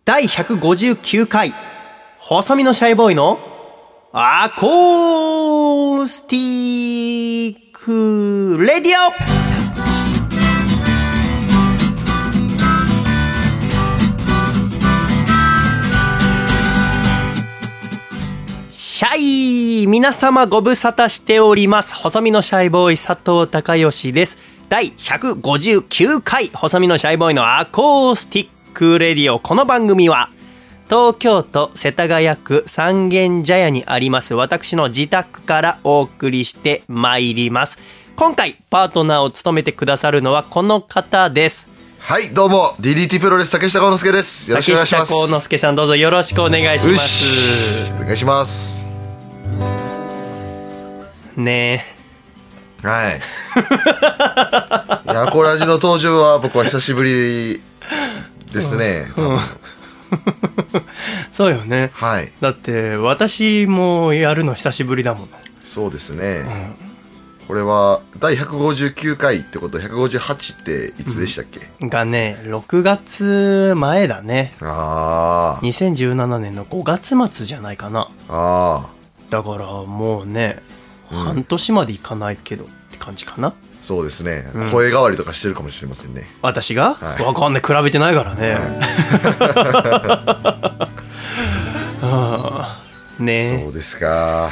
第159回細身のシャイボーイのアコースティックレディオ。シャイ皆様ご無沙汰しております。細身のシャイボーイ佐藤孝義です。第159回細身のシャイボーイのアコースティックレディオ。この番組は東京都世田谷区三軒茶屋にあります私の自宅からお送りしてまいります。今回パートナーを務めてくださるのはこの方です。 はい、どうも DDT プロレス竹下幸之助です。よろしくお願いします。 竹下幸之助さん、どうぞよろしくお願いします。 お願いしますねえ。はいヤコラジの登場は僕は久しぶりですね、 そうよね、 はい、 だって私もやるの久しぶりだもの。 そうですね、これは第159回ってことで158っていつでしたっけ、 がね6月前だね。 ああ 2017年の5月末じゃないかな。 ああだからもうね、半年までいかないけどって感じかな。 そうですね、声変わりとかしてるかもしれませんね。 私が、 はい、 わかんない、比べてないからね、はい、ねそうですか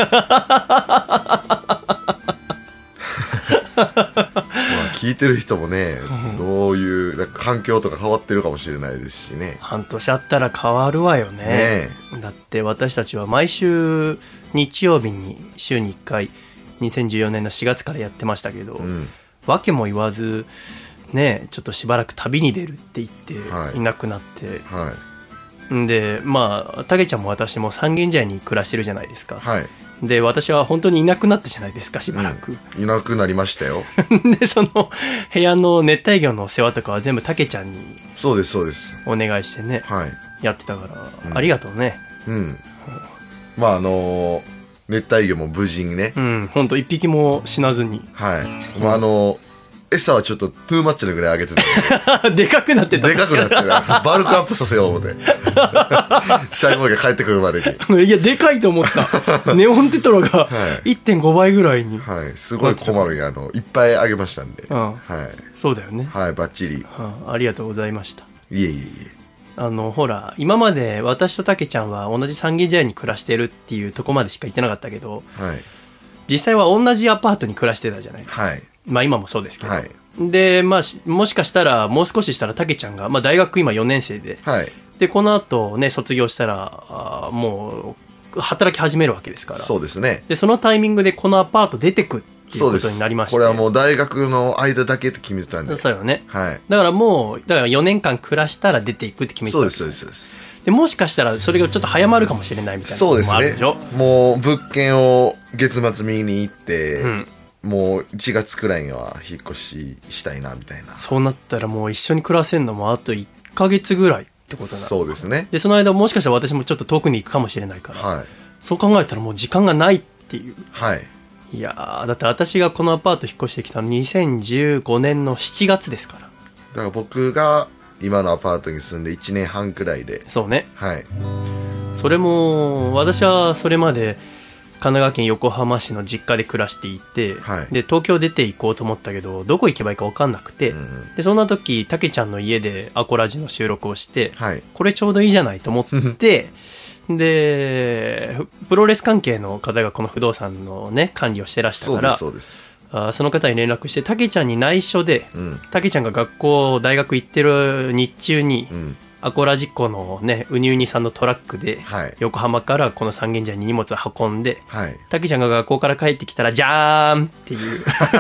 聞いてる人もね、どういうなんか環境とか変わってるかもしれないですしね。 半年あったら変わるわよ ね。だって私たちは毎週日曜日に週に1回2014年の4月からやってましたけど、わけも言わずね、ちょっとしばらく旅に出るって言っていなくなって、んでまあたけちゃんも私も三軒茶屋に暮らしてるじゃないですか。で私は本当にいなくなったじゃないですか、しばらく、 いなくなりましたよでその部屋の熱帯魚の世話とかは全部たけちゃんにそうですそうですお願いしてね、やってたから、ありがとうね。 まあ熱帯魚も無事にね、 本当一匹も死なずに、 まあ餌はちょっとトゥーマッチのぐらいあげてたでかくなってた。 でかくなってたバルクアップさせよう思ってシャイボーイが帰ってくるまでにいやでかいと思ったネオンテトラが 1.5 倍ぐらいに、 すごいこまめにいっぱいあげましたんで、 そうだよね、 バッチリ、 ありがとうございました。 いえいえいえ。 ほら今まで私とたけちゃんは同じ三軒茶屋に暮らしてるっていうとこまでしか行ってなかったけど、実際は同じアパートに暮らしてたじゃないですか。まあ今もそうですけど、でまあもしかしたらもう少ししたらたけちゃんが、まあ、大学今4年生で、でこの後ね卒業したらもう働き始めるわけですから。 そうですね。 でそのタイミングでこのアパート出てくっていうことになりまして、 これはもう大学の間だけって決めてたんで。 そうよね、だからもうだから4年間暮らしたら出ていくって決めてた。 そうですそうですそうです。 でもしかしたらそれがちょっと早まるかもしれないみたいなこともあるでしょ。 そうですね。もう物件を月末見に行って、もう1月くらいには引っ越ししたいなみたいな。 そうなったらもう一緒に暮らせるのもあと1ヶ月ぐらいってことになる。 そうですね。 でその間もしかしたら私もちょっと遠くに行くかもしれないから、そう考えたらもう時間がないっていう。いやだって私がこのアパート引っ越してきたの2015年の7月ですから。だから僕が今のアパートに住んで1年半くらいで。 そうね。それも私はそれまで神奈川県横浜市の実家で暮らしていて、で東京出て行こうと思ったけどどこ行けばいいか分かんなくて、でそんな時たけちゃんの家でアコラジの収録をして、これちょうどいいじゃないと思ってでプロレス関係の方がこの不動産のね管理をしてらしたから、その方に連絡してたけちゃんに内緒で、たけちゃんが大学行ってる日中に、アコラジっ子のねウニウニさんのトラックで横浜からこの三軒茶屋に荷物運んで、たけちゃんが学校から帰ってきたらじゃーんっていう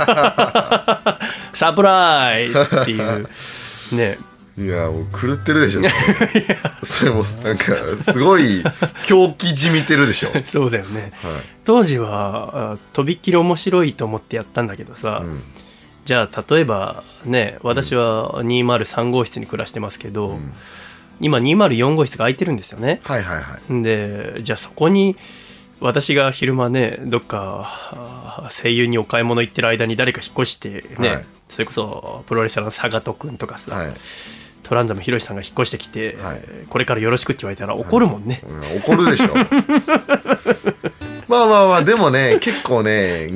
サプライズっていうね。 いやもう狂ってるでしょそれもなんかすごい狂気じみてるでしょそうだよね、当時はとびっきり面白いと思ってやったんだけどさ、じゃあ例えばね私は203号室に暮らしてますけど、今204号室が空いてるんですよね。でじゃあそこに私が昼間ねどっか声優にお買い物行ってる間に誰か引っ越してね、それこそプロレスラーの佐賀戸くんとかさ、 トランザムヒロシさんが引っ越してきて、これからよろしくって言われたら怒るもんね、 怒るでしょまあでもね結構ね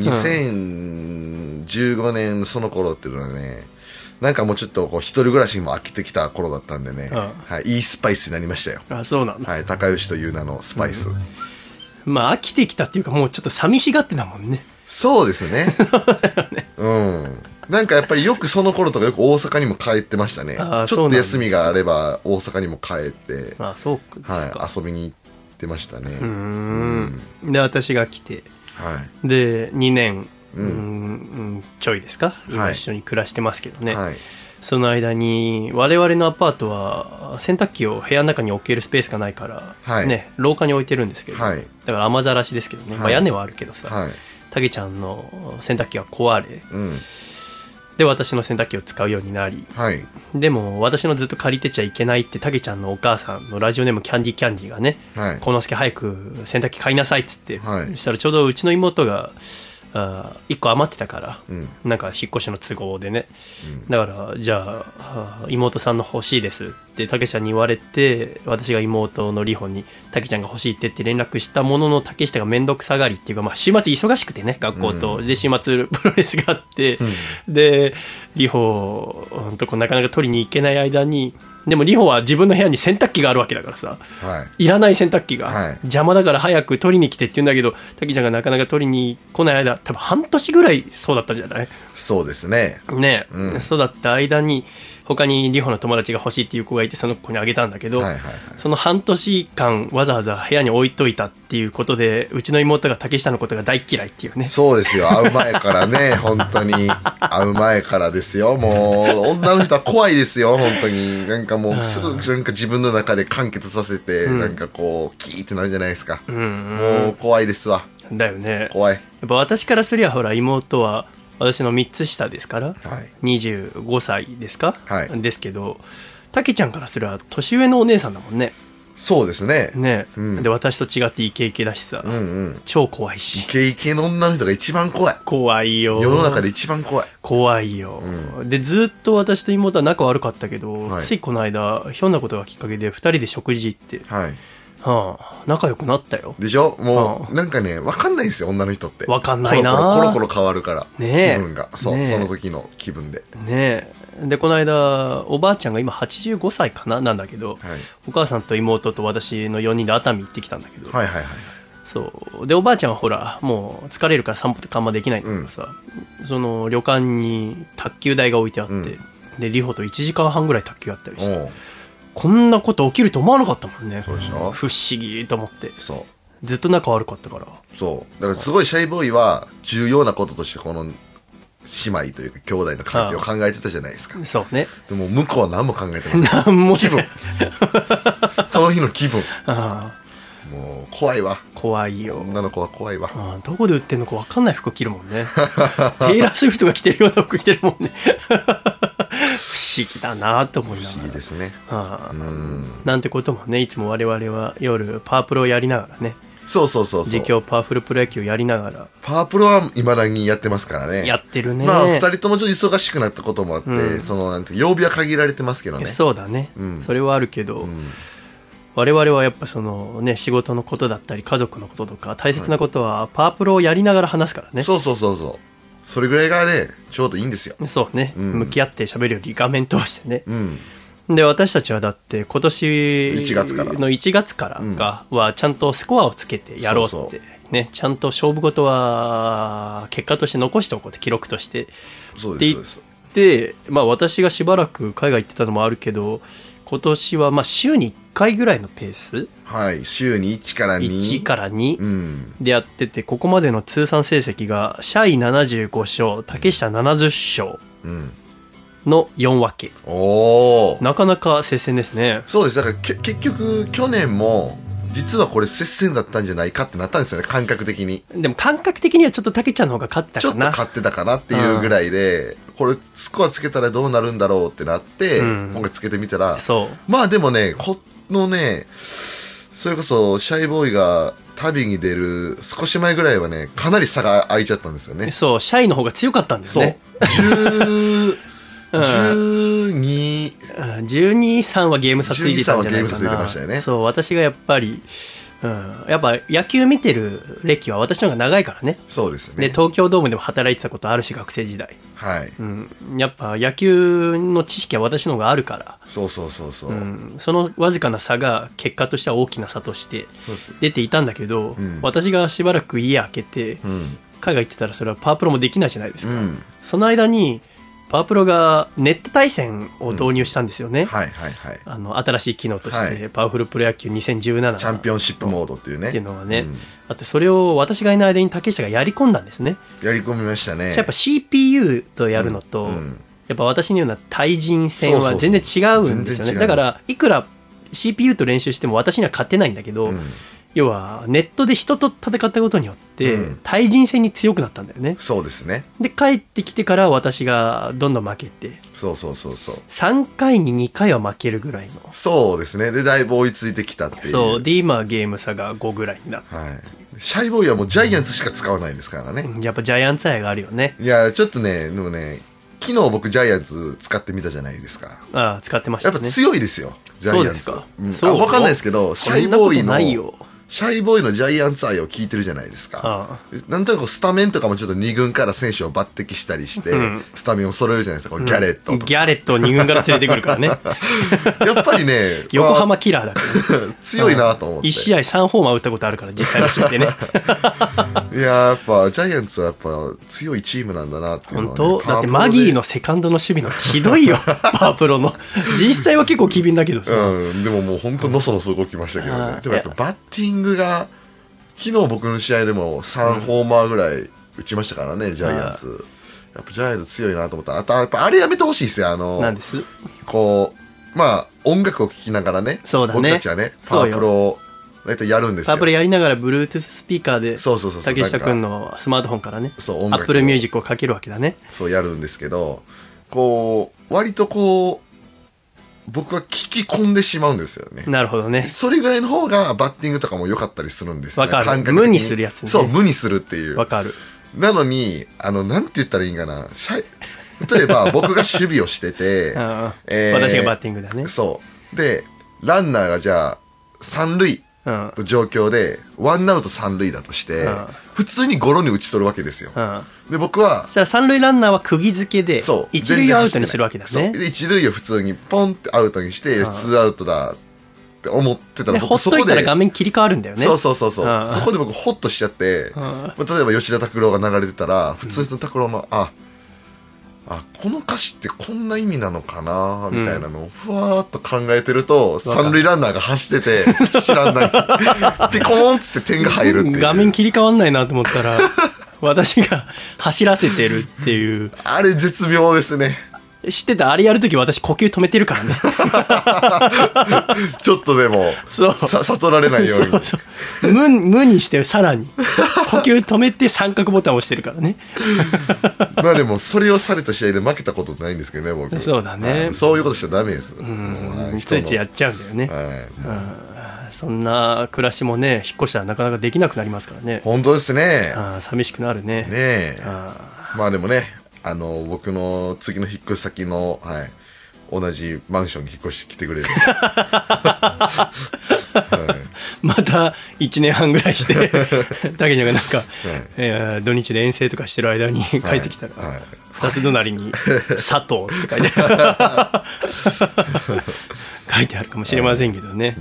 2015年その頃っていうのはねなんかもうちょっとこう一人暮らしにも飽きてきた頃だったんでね、いいスパイスになりましたよ。 そうなんだ。 高吉という名のスパイス、 まあ飽きてきたっていうかもうちょっと寂しがってたもんね。 そうですねそうだよね。なんかやっぱりよくその頃とかよく大阪にも帰ってましたね。ちょっと休みがあれば大阪にも帰って、 そうですか、 遊びに行ってましたね。 で私が来て、で2年ちょいですか今一緒に暮らしてますけどね、その間に我々のアパートは洗濯機を部屋の中に置けるスペースがないから、廊下に置いてるんですけど、だから雨ざらしですけどね、屋根はあるけどさ、たけちゃんの洗濯機が壊れ、で私の洗濯機を使うようになり、でも私のずっと借りてちゃいけないってたけちゃんのお母さんのラジオネームキャンディーがね、このすけ早く洗濯機買いなさいっつって、そしたらちょうどうちの妹が1個余ってたから、なんか引っ越しの都合でね、だからじゃあ妹さんの欲しいですってたけちゃんに言われて、私が妹のりほにたけちゃんが欲しいって連絡したものの、竹下が面倒くさがりっていうか、週末忙しくてね学校と、で週末プロレスがあって、でりほのとこなかなか取りに行けない間に、でもりほは自分の部屋に洗濯機があるわけだからさ、いらない洗濯機が、邪魔だから早く取りに来てって言うんだけど、たけちゃんがなかなか取りに来ない間、多分半年ぐらいそうだったじゃない。 そうですね。 そうだった間に他にりほの友達が欲しいっていう子がいて、その子にあげたんだけど、その半年間わざわざ部屋に置いといたっていうことで、うちの妹が竹下のことが大嫌いっていうね。 そうですよ、会う前からね本当に会う前からですよ。もう女の人は怖いですよ本当に。なんかもうすぐなんか自分の中で完結させて、なんかこうキーってなるじゃないですか、もう怖いですわ。 だよね。 怖い。 やっぱ私からすりゃほら妹は私の3つ下ですから、25歳ですか、ですけど、たけちゃんからすれば年上のお姉さんだもんね。 そうですね。 で私と違ってイケイケだしさ、超怖いし。 イケイケの女の人が一番怖い。 怖いよ。 世の中で一番怖い。 怖いよ。でずっと私と妹は仲悪かったけど、ついこの間ひょんなことがきっかけで2人で食事行って、仲良くなったよ。 でしょ。もう、なんかね分かんないんですよ女の人って。 分かんないな。 コロコロ変わるから、気分がその時の気分ででこの間おばあちゃんが今85歳かななんだけど、お母さんと妹と私の4人で熱海行ってきたんだけど、そうでおばあちゃんはほらもう疲れるから散歩とかあんまできないんだけどさ、その旅館に卓球台が置いてあって、で里穂と1時間半ぐらい卓球やったりして、こんなこと起きると思わなかったもんね。 そうでしょ。 不思議と思って。 そうずっと仲悪かったから。 そうだからすごいシャイボーイは重要なこととしてこの姉妹というか兄弟の関係を考えてたじゃないですか。 そうね。 でも向こうは何も考えてません。 何も気分その日の気分もう怖いわ。 怖いよ。 女の子は怖いわ。 どこで売ってんのか分かんない服着るもんね。テイラー・スウィフトが着てるような服着てるもんね。不思議だなと思いながら。 不思議ですね。 なんてこともね、いつも我々は夜パワープロをやりながらね。 そう実況パワフルプロ野球やりながら。 パワープロは未だにやってますからね。 やってるね。 2人ともちょっと忙しくなったこともあって、そのなんて曜日は限られてますけどね。 そうだね、それはあるけど、我々はやっぱそのね仕事のことだったり家族のこととか大切なことはパワープロをやりながら話すからね。 そうそれぐらいがねちょうどいいんですよ。 そうね、向き合って喋るより画面通してね、で私たちはだって今年の1月からはちゃんとスコアをつけてやろうってね、ちゃんと勝負事は結果として残しておこうって記録としてって言って、私がしばらく海外行ってたのもあるけど今年は週に1回ぐらいのペース、 週に1から2 でやってて、ここまでの通算成績がシャイ75勝竹下70勝の4分け、なかなか接戦ですね。 そうです。だから結局去年も実はこれ接戦だったんじゃないかってなったんですよね、感覚的に。 でも感覚的にはちょっと竹ちゃんの方が勝ってたかな、 ちょっと勝ってたかなっていうぐらいで、これスコアつけたらどうなるんだろうってなって、今回つけてみたら、でもねこのねそれこそシャイボーイが旅に出る少し前ぐらいはねかなり差が開いちゃったんですよね。 そうシャイの方が強かったんですね。 12、 12、3はゲーム差ついてたんじゃないかな。12、3はゲーム差ついてましたよね。 そう、私がやっぱり、やっぱ野球見てる歴は私の方が長いからね。 そうですね。 で、東京ドームでも働いてたことあるし、学生時代。 はい。 やっぱ野球の知識は私の方があるから。 そうそうそうそう。 そのわずかな差が結果としては大きな差として出ていたんだけど、私がしばらく家開けて、海外行ってたらそれはパワープロもできないじゃないですか。その間に、パワープロがネット対戦を導入したんですよね。 はいはいはい。 新しい機能として、パワフルプロ野球2017 チャンピオンシップモードっていうね。 っていうのがね、あってそれを私がいない間に竹下がやり込んだんですね。 やり込みましたね。 やっぱ CPU とやるのと、やっぱ私のような対人戦は全然違うんですよね。だからいくら CPU と練習しても私には勝てないんだけど、要はネットで人と戦ったことによって対人戦に強くなったんだよね。 そうですね。 で帰ってきてから私がどんどん負けて、 そうそうそうそう、 3回に2回は負けるぐらいの。 そうですね。でだいぶ追いついてきたっていう。 そうで今ゲーム差が5ぐらいになって、 シャイボーイはもうジャイアンツしか使わないですからね。 やっぱジャイアンツ愛があるよね。 いやちょっとね、でもね、昨日僕ジャイアンツ使ってみたじゃないですか。 ああ使ってましたね。 やっぱ強いですよジャイアンツ。 そうですか。 分かんないですけど、シャイボーイのないよ。 シャイボーイのジャイアンツ愛を聞いてるじゃないですか。なんとなくスタメンとかもちょっと2軍から選手を抜擢したりして、スタメンを揃えるじゃないですか。ギャレットとか、 ギャレットを2軍から連れてくるからね。 やっぱりね、 横浜キラーだから、ね、 強いなと思って。 1試合3ホーマー打ったことあるから実際の試合でね。 いややっぱジャイアンツはやっぱ強いチームなんだなっていうのは、ね、 本当だってマギーのセカンドの守備のひどいよ。パワプロの実際は結構機敏だけどさ、 でももう本当のそのそ動きましたけどね。でもやっぱバッティングが昨日僕の試合でも3ホーマーぐらい打ちましたからね、ジャイアンツ。やっぱジャイアンツ強いなと思ったら、あとやっぱあれやめてほしいですよ。 なんです、 こうまあ音楽を聴きながらね、僕たちはねパワープロを大体やるんですよ。 パワープロやりながら Bluetooth スピーカーで竹下くんのスマートフォンからね、Apple Music をかけるわけだね。 そうやるんですけど、こう割とこう僕は聞き込んでしまうんですよね。 なるほどね。 それぐらいの方がバッティングとかも良かったりするんですよね。 わかる。無にするやつね。 そう、無にするっていう。 わかる。 なのになんて言ったらいいんかな。例えば僕が守備をしてて、 私がバッティングだね。 そうでランナーがじゃあ三塁の状況でワンアウト三塁だとして、普通にゴロに打ち取るわけですよ。で僕はそしたら三塁ランナーは釘付けで一塁をアウトにするわけだね。 で一塁を普通にポンってアウトにしてツーアウトだって思ってたら、 僕そこでほっといたら画面切り替わるんだよね。 そうそこで僕ホッとしちゃって、例えば吉田拓郎が流れてたら普通の拓郎のこの歌詞ってこんな意味なのかなみたいなのをふわーっと考えてると、三塁ランナーが走ってて知らんないピコーンっつって点が入るっていう。 画面切り替わんないなと思ったら私が走らせてるっていう。 あれ絶妙ですね。 知ってた？あれやるとき私呼吸止めてるからね。 ちょっとでも悟られないように。 無にしてさらに呼吸止めて三角ボタンを押してるからね。 まあでもそれをされた試合で負けたことないんですけどね、僕。 そうだね。 そういうことしちゃダメです。 ついついやっちゃうんだよね。そんな暮らしもね、引っ越したらなかなかできなくなりますからね。 本当ですね。 寂しくなるね。 まあでもね、僕の次の引っ越し先の、同じマンションに引っ越してきてくれる、 また1年半ぐらいしてたけちゃんがなんか、土日で遠征とかしてる間に帰ってきたら、2つ隣に佐藤って書いて書いてあるかもしれませんけどね。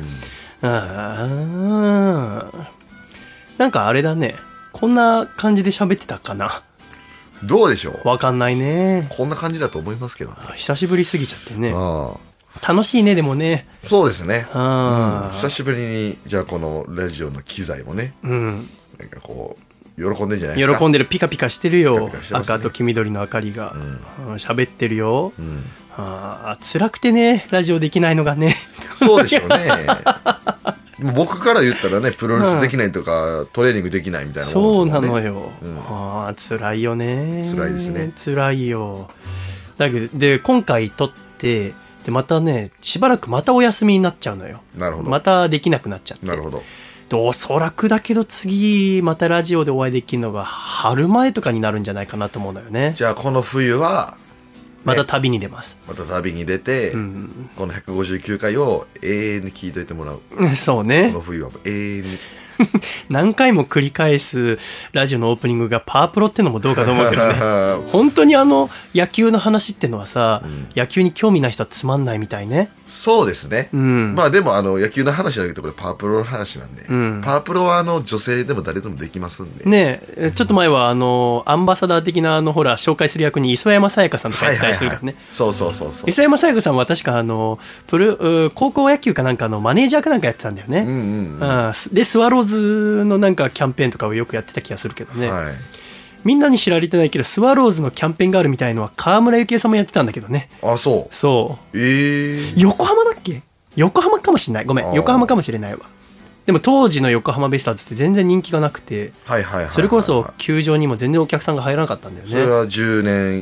なんかあれだね、こんな感じで喋ってたかな。 どうでしょう。 わかんないね。 こんな感じだと思いますけどね。 久しぶりすぎちゃってね。楽しいね、でもね。 そうですね。久しぶりにじゃあこのラジオの機材もね、なんかこう喜んでんじゃないですか。 喜んでる、ピカピカしてるよ。赤と黄緑の明かりが喋ってるよ。辛くてね、ラジオできないのがね。 そうでしょうね。僕から言ったらね、プロレスできないとか、トレーニングできないみたいなもんですもんね。 そうなのよ。辛いよね。 辛いですね。 辛いよ。だけどで今回撮ってでまたね、しばらくまたお休みになっちゃうのよ。 なるほど。 またできなくなっちゃって。 なるほど。 でおそらくだけど次またラジオでお会いできるのが春前とかになるんじゃないかなと思うんだよね。 じゃあこの冬はまた旅に出ます。 また旅に出て、この159回を永遠に聞いといてもらう。 そうね。 この冬は永遠に。 何回も繰り返すラジオのオープニングがパワープロってのもどうかと思うけどね。本当に野球の話ってのはさ、野球に興味ない人はつまんないみたいね。 そうですね。まあでも野球の話じゃなくてこれパワープロの話なんで、パワープロは女性でも誰でもできますんで。 ねえ、ちょっと前はアンバサダー的なほら紹介する役に磯山さやかさんとかやったりするからね。 そう。 磯山さやかさんは確か高校野球かなんかのマネージャーかなんかやってたんだよね。でスワローズのなんかキャンペーンとかをよくやってた気がするけどね。みんなに知られてないけどスワローズのキャンペーンガールみたいのは川村幸恵さんもやってたんだけどね。 あ、そう。 横浜だっけ？横浜かもしれない。ごめん、横浜かもしれないわ。でも当時の横浜ベイスターズって全然人気がなくて、それこそ球場にも全然お客さんが入らなかったんだよね。 それは10年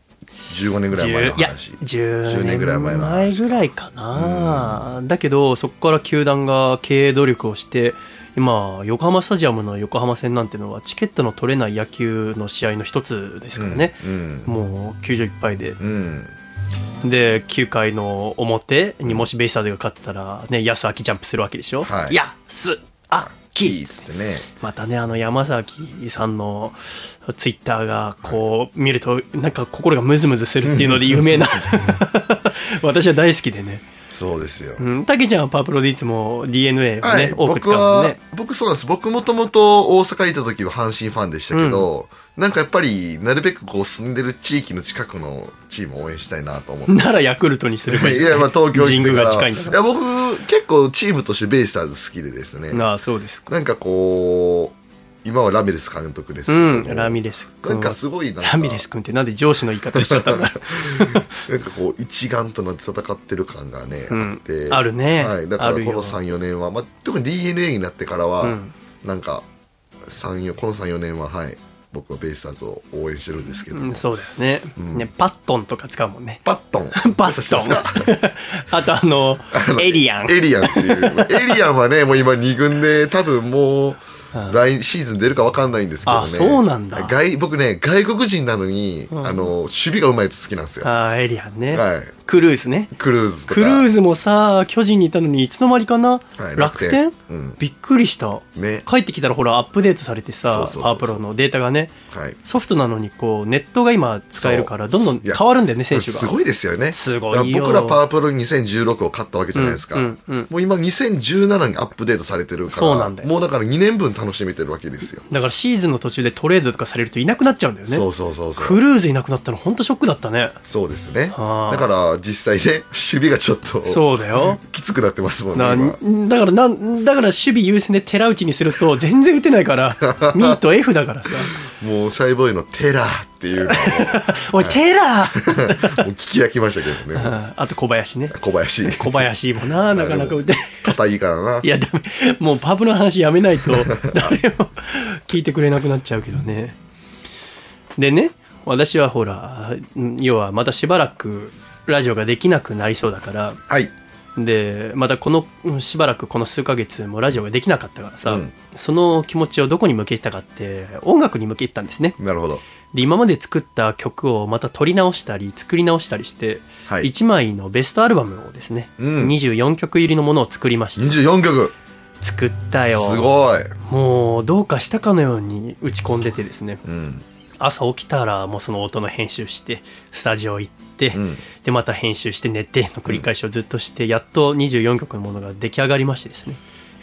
15年ぐらい前の話。 いや10年ぐらい前ぐらいかな。だけどそこから球団が経営努力をして今横浜スタジアムの横浜戦なんてのはチケットの取れない野球の試合の一つですからね。もう球場いっぱいで、で9回の表にもしベイスターズが勝ってたらね、安明ジャンプするわけでしょ。安明つってね。またね山崎さんのツイッターがこう見るとなんか心がムズムズするっていうので有名な私は大好きでね。 そうですよ。 たけちゃんはパワープロでいつも DNA をね、多く使うもんね。 僕そうなんです。僕もともと大阪いた時は阪神ファンでしたけど、なんかやっぱりなるべくこう住んでる地域の近くのチームを応援したいなと思って。 ならヤクルトにすればいい。 いや、まあ東京神宮が近いんだから。 いや、僕結構チームとしてベイスターズ好きでですね。 ああ、そうですか。 なんかこう今はラミレス監督ですけど、 ラミレス君なんかすごいなんかラミレス君ってなんで上司の言い方しちゃったんだろうなんかこう一丸となって戦ってる感がね、あって、 あるね。 だからこの 3,4 年は、特に DNA になってからは、なんかこの 3,4 年は僕はベイスターズを応援してるんですけど、 そうだよね。ね、パットンとか使うもんね。 パットンあとエリアンっていうエリアンはねもう今2軍で多分もう来シーズン出るか分かんないんですけどね。 そうなんだ。 僕ね外国人なのに、守備がうまいやつ好きなんですよ。 エリアンね。クルーズね。 クルーズとか。 クルーズもさ巨人にいたのにいつの間にかな、楽天、びっくりした、帰ってきたらほらアップデートされてさ、パワープロのデータがね、ソフトなのにこうネットが今使えるからどんどん変わるんだよね。選手がすごいですよね。 すごいよ。 僕らパワープロ2016を買ったわけじゃないですか。もう今2017にアップデートされてるから、そうなんだよ。もうだから2年分楽しめてるわけですよ。 だからシーズンの途中でトレードとかされるといなくなっちゃうんだよね。 そうクルーズいなくなったの本当ショックだったね。 そうですね。だから実際ね守備がちょっとそうだよきつくなってますもんね。 だから守備優先で寺内にすると全然打てないからミート F だからさもうシャイボーイのテラーっていうのをおいテラーもう聞き飽きましたけどね。 あと小林ね。 小林もなかなか打て硬いからな。 いやダメ、もうパブの話やめないと誰も聞いてくれなくなっちゃうけどね。でね、私はほら要はまたしばらくラジオができなくなりそうだから、でまたこのしばらくこの数ヶ月もラジオができなかったからさ、その気持ちをどこに向けてたかって音楽に向けてたんですね。 なるほど。 で今まで作った曲をまた撮り直したり作り直したりして、1枚のベストアルバムをですね、24曲入りのものを作りました。 24曲作ったよ。 すごい。 もうどうかしたかのように打ち込んでてですね、朝起きたらもうその音の編集してスタジオ行って、でまた編集して寝ての繰り返しをずっとして、やっと24曲のものが出来上がりましてですね。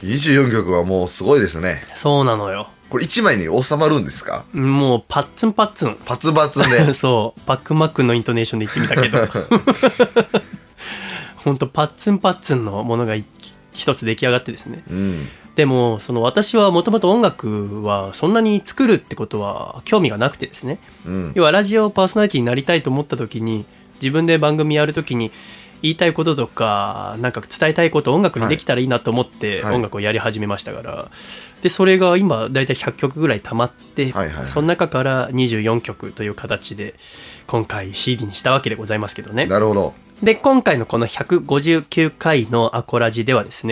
24曲はもうすごいですね。 そうなのよ。 これ1枚に収まるんですか？ もうパッツンパッツンパツパツねそうパックンマックンのイントネーションで言ってみたけどほんとパッツンパッツンのものが一つ出来上がってですね、でもその私はもともと音楽はそんなに作るってことは興味がなくてですね、要はラジオパーソナリティになりたいと思った時に自分で番組やる時に言いたいこととかなんか伝えたいことを音楽にできたらいいなと思って音楽をやり始めましたから、でそれが今だいたい100曲ぐらい溜まって、その中から24曲という形で今回 CD にしたわけでございますけどね。 なるほど。 で今回のこの159回のアコラジではですね、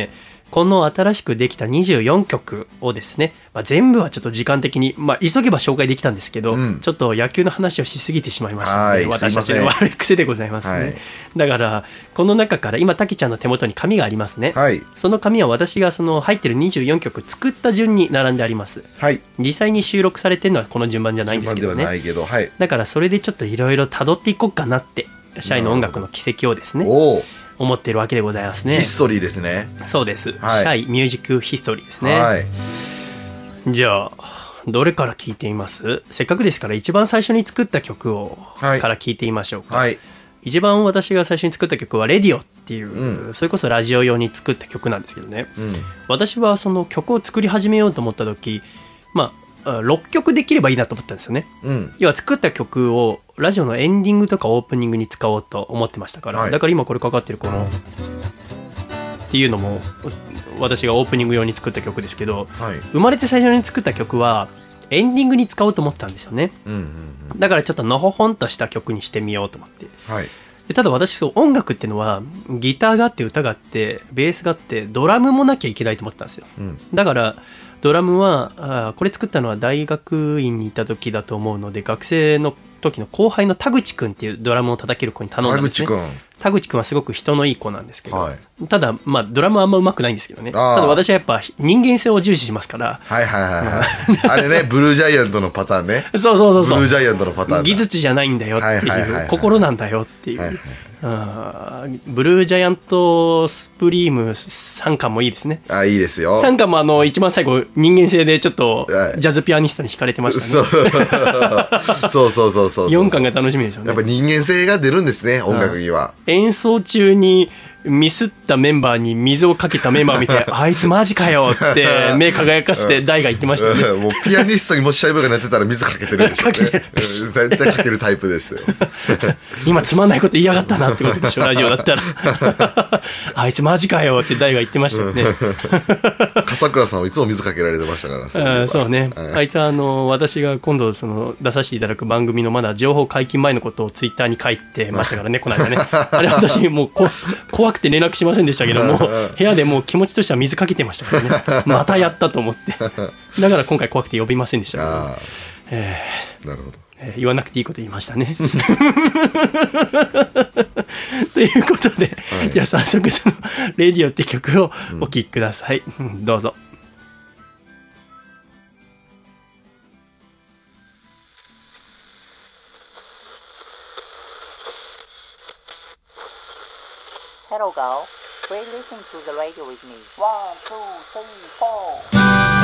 この新しくできた24曲をですね、全部はちょっと時間的に、急げば紹介できたんですけど、ちょっと野球の話をしすぎてしまいましたので、私たちの悪い癖でございますね。だからこの中から今たけちゃんの手元に紙がありますね。その紙は私がその入ってる24曲作った順に並んであります。実際に収録されてるのはこの順番じゃないんですけどね。だからそれでちょっといろいろ辿っていこうかなって、シャイの音楽の軌跡をですね、思っているわけでございますね。 ヒストリーですね。 そうです、シャイミュージックヒストリーですね。じゃあどれから聞いてみます？せっかくですから一番最初に作った曲を、から聞いてみましょうか。一番私が最初に作った曲はレディオっていう、それこそラジオ用に作った曲なんですけどね、私はその曲を作り始めようと思った時、6曲できればいいなと思ったんですよね、要は作った曲をラジオのエンディングとかオープニングに使おうと思ってましたから、だから今これかかってるこのっていうのも私がオープニング用に作った曲ですけど、生まれて最初に作った曲はエンディングに使おうと思ったんですよね、だからちょっとのほほんとした曲にしてみようと思って、でただ私音楽っていうのはギターがあって歌があってベースがあってドラムもなきゃいけないと思ったんですよ、だからドラムはこれ作ったのは大学院にいた時だと思うので、学生の時の後輩の田口くんっていうドラムを叩ける子に頼んだんですね。田口くんはすごく人のいい子なんですけど、ただドラムはあんま上手くないんですけどね。ただ私はやっぱ人間性を重視しますから。あれね、ブルージャイアントのパターンね。そうブルージャイアントのパターン。技術じゃないんだよっていう心なんだよっていう。ブルージャイアントスプリーム3巻もいいですね。いいですよ。3巻も一番最後人間性でちょっとジャズピアニストに惹かれてましたね。そう4巻が楽しみですよね。やっぱ人間性が出るんですね、音楽には。演奏中にミスったメンバーに水をかけたメンバー見てあいつマジかよって目輝かせて大が言ってましたね。もうピアニストにもしシャイブが鳴ってたら水かけてるでしょうね。絶対かけるタイプですよ。今つまんないこと言いやがったなってことでしょ、ラジオだったら。あいつマジかよって大が言ってましたよね。笠倉さんはいつも水かけられてましたからそうね、あいつは私が今度出させていただく番組のまだ情報解禁前のことをツイッターに書いてましたからね、この間ね。あれ私もう怖くて連絡しませんでしたけども、部屋でもう気持ちとしては水かけてましたからね。またやったと思って。だから今回怖くて呼びませんでしたけど、なるほど、言わなくていいこと言いましたね。ということで、じゃあ早速そのレディオって曲をお聴きください、どうぞ。 Hello, girl. Please listen to the radio with me. 1, 2, 3, 4.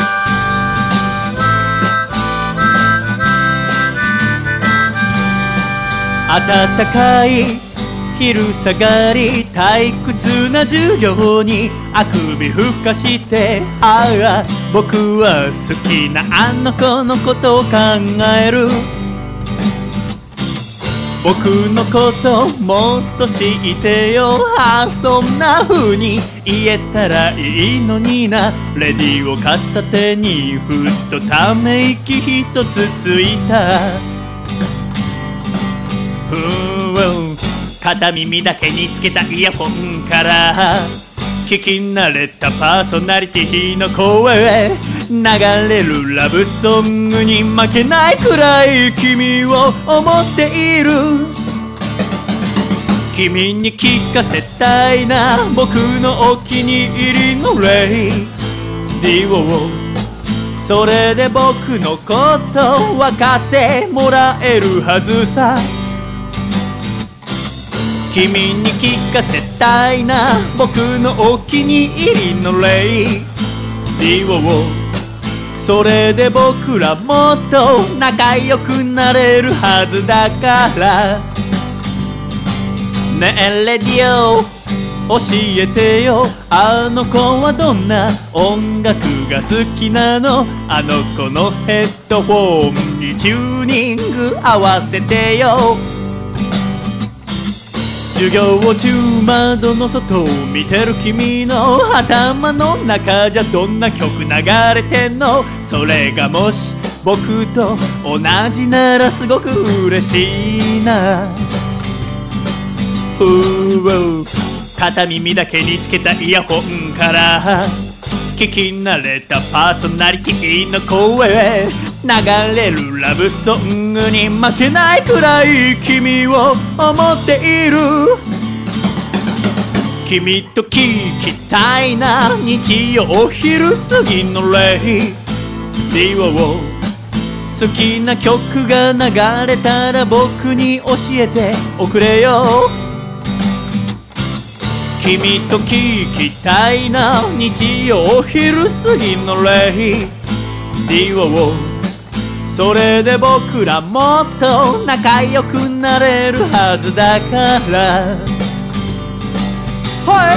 暖かい昼下がり退屈な授業にあくびふかして僕は好きなあの子のことを考える。僕のこともっと知ってよ、そんな風に言えたらいいのにな。レディを片手にふっとため息一つついた。片耳だけにつけたイヤホンから聞き慣れたパーソナリティの声、流れるラブソングに負けないくらい君を思っている。君に聞かせたいな僕のお気に入りのレイディオ、それで僕のこと分かってもらえるはずさ。君に聞かせたいな僕のお気に入りのレイディオ、それで僕らもっと仲良くなれるはずだから。ねえレディオ教えてよ、あの子はどんな音楽が好きなの。あの子のヘッドホンにチューニング合わせてよ。授業中窓の外を見てる君の頭の中じゃどんな曲流れてんの。それがもし僕と同じならすごく嬉しいな。 片耳だけにつけたイヤホンから聞き慣れたパーソナリティの声、流れるラブソングに負けないくらい君を思っている。君と聞きたいな日曜昼過ぎのレイディオ、好きな曲が流れたら僕に教えておくれよ。君と聞きたいな日曜昼過ぎのレイディオ、それで僕らもっと仲良くなれるはずだからはい。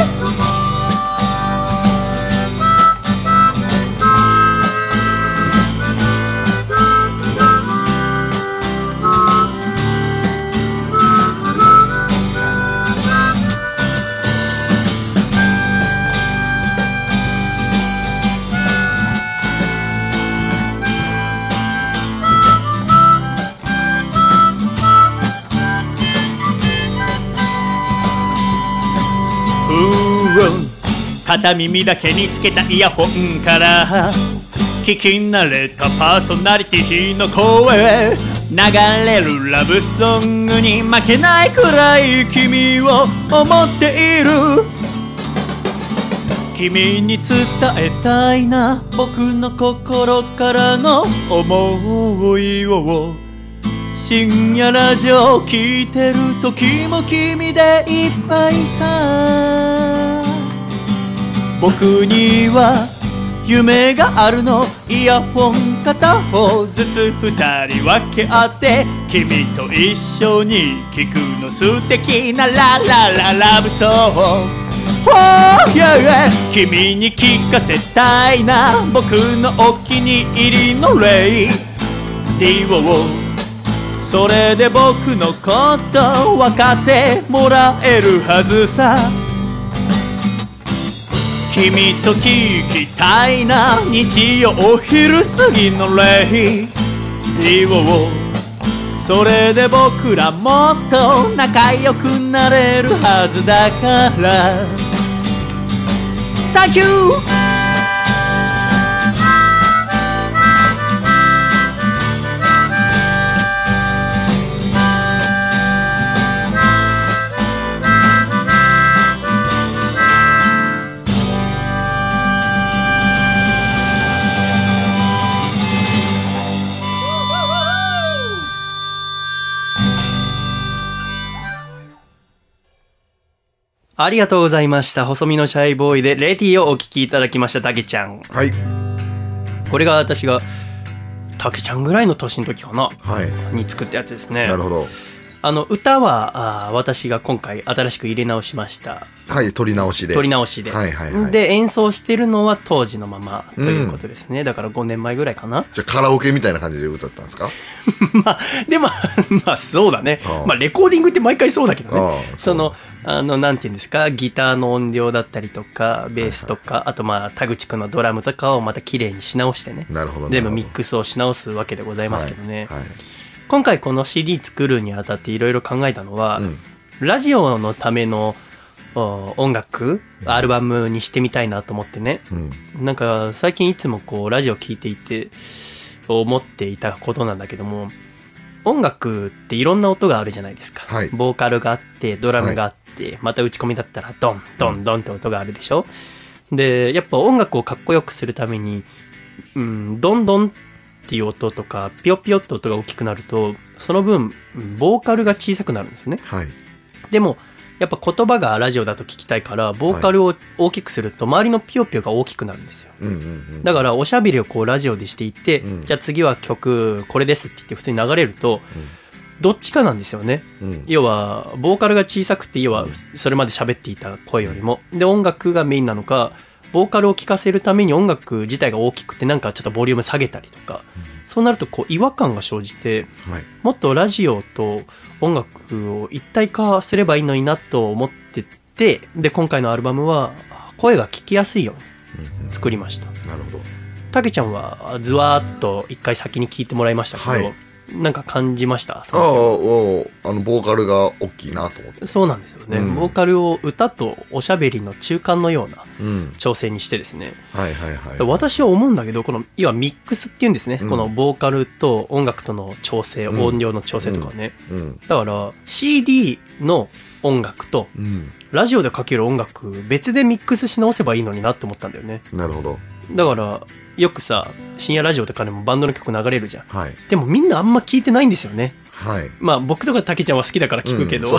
片耳だけにつけたイヤホンから聞き慣れたパーソナリティの声、流れるラブソングに負けないくらい君を思っている。君に伝えたいな僕の心からの思いを、深夜ラジオ聞いてる時も君でいっぱいさ。僕には夢があるの、イヤホン片方ずつ二人分け合って君と一緒に聴くの素敵なララララブソング、oh, yeah, yeah. 君に聞かせたいな僕のお気に入りのレイディオ、それで僕のこと分かってもらえるはずさ。君と聞きたいな日曜昼過ぎのレイディオ、それで僕らもっと仲良くなれるはずだからサンキュー。 ありがとうございました。細身のシャイボーイでレディをお聞きいただきました。たけちゃん。 はい。 これが私がたけちゃんぐらいの年の時かな、 はい、 に作ったやつですね。 なるほど。 歌は私が今回新しく入れ直しました。 はい、取り直しで。はいはいはい。 で、演奏してるのは当時のままということですね。だから5年前ぐらいかな。 じゃあカラオケみたいな感じで歌ったんですか？ まあ、でも、まあそうだね。まあレコーディングって毎回そうだけどね。なんていうんですか、ギターの音量だったりとか、ベースとか、あとまあ田口くんのドラムとかをまた綺麗にし直してね。 なるほど。 全部ミックスをし直すわけでございますけどね。 はい。 今回この CD 作るにあたっていろいろ考えたのは、ラジオのための音楽、アルバムにしてみたいなと思ってね、なんか最近いつもこうラジオ聴いていて思っていたことなんだけども、音楽っていろんな音があるじゃないですか、はい、ボーカルがあってドラムがあって、はい、また打ち込みだったらドンドンドンって音があるでしょ。でやっぱ音楽をかっこよくするために、ドンドンっていう音とかピヨピヨって音が大きくなるとその分ボーカルが小さくなるんですね、はい、でもやっぱ言葉がラジオだと聞きたいからボーカルを大きくすると周りのピヨピヨが大きくなるんですよ、だからおしゃべりをこうラジオでしていて、じゃあ次は曲これですって言って普通に流れると、どっちかなんですよね、要はボーカルが小さくて要はそれまで喋っていた声よりもで音楽がメインなのかボーカルを聴かせるために音楽自体が大きくてなんかちょっとボリューム下げたりとか、そうなるとこう違和感が生じて、もっとラジオと音楽を一体化すればいいのになと思ってて、で今回のアルバムは声が聞きやすいように作りました。 なるほど。 たけちゃんはズワーっと一回先に聞いてもらいましたけど、 なんか感じました？ ボーカルが大きいなと思って。 そうなんですよね、ボーカルを歌とおしゃべりの中間のような調整にしてですね、 はいはいはい。 私は思うんだけど、この要はミックスっていうんですね、このボーカルと音楽との調整、音量の調整とかね、だから CD の音楽とラジオでかける音楽別でミックスし直せばいいのになって思ったんだよね。 なるほど。 だからよくさ、深夜ラジオとかでもバンドの曲流れるじゃん、 はい、 でもみんなあんま聞いてないんですよね。 はい、 まあ僕とかたけちゃんは好きだから聞くけど、 で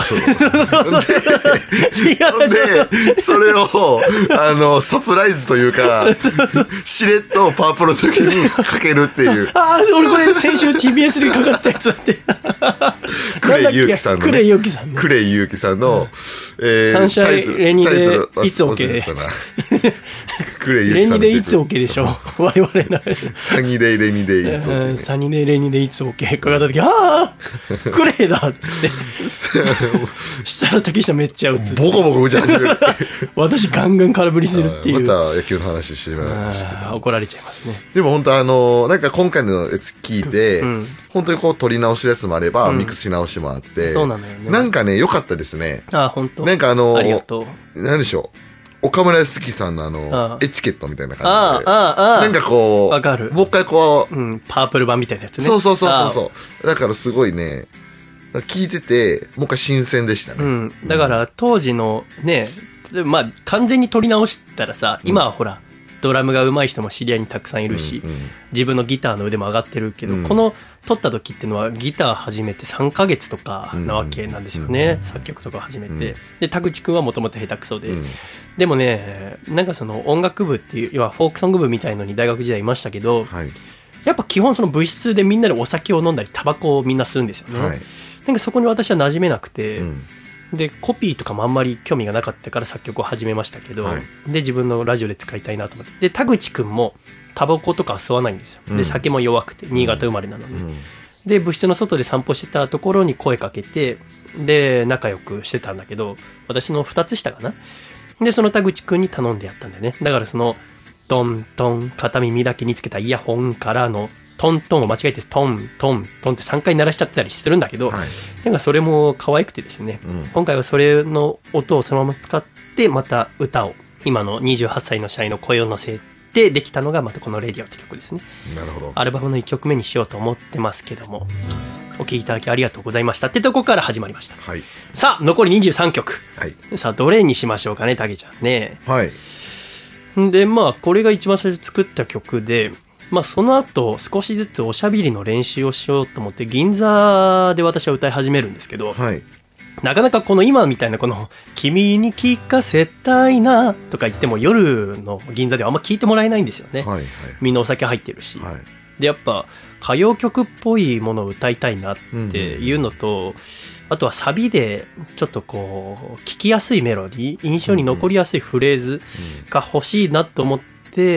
それをサプライズというかしれっとパワープロの時にかけるっていう。 ああ、俺これ先週 TBS でかかったやつだってクレイユウキさんの、ね、 クレイユウキさんのクレイユウキさんの、 サンシャインレニーでいつ OK クレイユウキさんのレニーでいつ OK でしょ我々のサニーデイレニーデイいつ OK、 サニーデイレニーでいつ OK かかった時、ああクレイだっつってしたら竹下めっちゃ打つ、 ボコボコ打ち始める私ガンガン空振りするっていう。 また野球の話してしまいましたけど、 怒られちゃいますね。 でも本当なんか今回のやつ聞いて、本当にこう撮り直しのやつもあれば、ミックスし直しもあって、 そうなのよね。 なんかね良かったですね。 あ、本当。 なんかありがとう。なんでしょう、岡村康樹さんのエチケットみたいな感じで、 なんかこう、 わかる。 もう一回こう、パープル版みたいなやつね。 そうだからすごいね、聞いててもう一回新鮮でしたね。 だから当時のね、まあ完全に撮り直したらさ、今はほらドラムが上手い人も知り合いにたくさんいるし、自分のギターの腕も上がってるけど、この撮った時っていうのはギター始めて3ヶ月とかなわけなんですよね、作曲とか始めて、で田口くんはもともと下手くそで、でもね、なんかその音楽部っていう要はフォークソング部みたいのに大学時代いましたけど、やっぱ基本その部室でみんなでお酒を飲んだりタバコをみんな吸うんですよね、なんかそこに私は馴染めなくて、でコピーとかもあんまり興味がなかったから作曲を始めましたけど、で自分のラジオで使いたいなと思って、で田口くんもタバコとか吸わないんですよ、で酒も弱くて新潟生まれなので、で部室の外で散歩してたところに声かけて、で仲良くしてたんだけど、私の2つ下かな、でその田口くんに頼んでやったんだよね。だからそのトントン片耳だけにつけたイヤホンからのトントンを間違えてトントントンって3回鳴らしちゃってたりするんだけど、なんかそれも可愛くてですね、今回はそれの音をそのまま使ってまた歌を今の28歳のシャイの声を乗せてできたのがまたこのレディオって曲ですね。 なるほど。 アルバムの1曲目にしようと思ってますけども、お聴きいただきありがとうございましたってとこから始まりました、さあ残り23曲、さあどれにしましょうかね、たけちゃんね。でまあこれが一番最初作った曲で、まあその後少しずつおしゃべりの練習をしようと思って銀座で私は歌い始めるんですけど、なかなかこの今みたいなこの君に聞かせたいなとか言っても夜の銀座ではあんま聞いてもらえないんですよね、みんなお酒入ってるし、でやっぱ歌謡曲っぽいものを歌いたいなっていうのと、あとはサビでちょっとこう聞きやすいメロディー、印象に残りやすいフレーズが欲しいなと思って、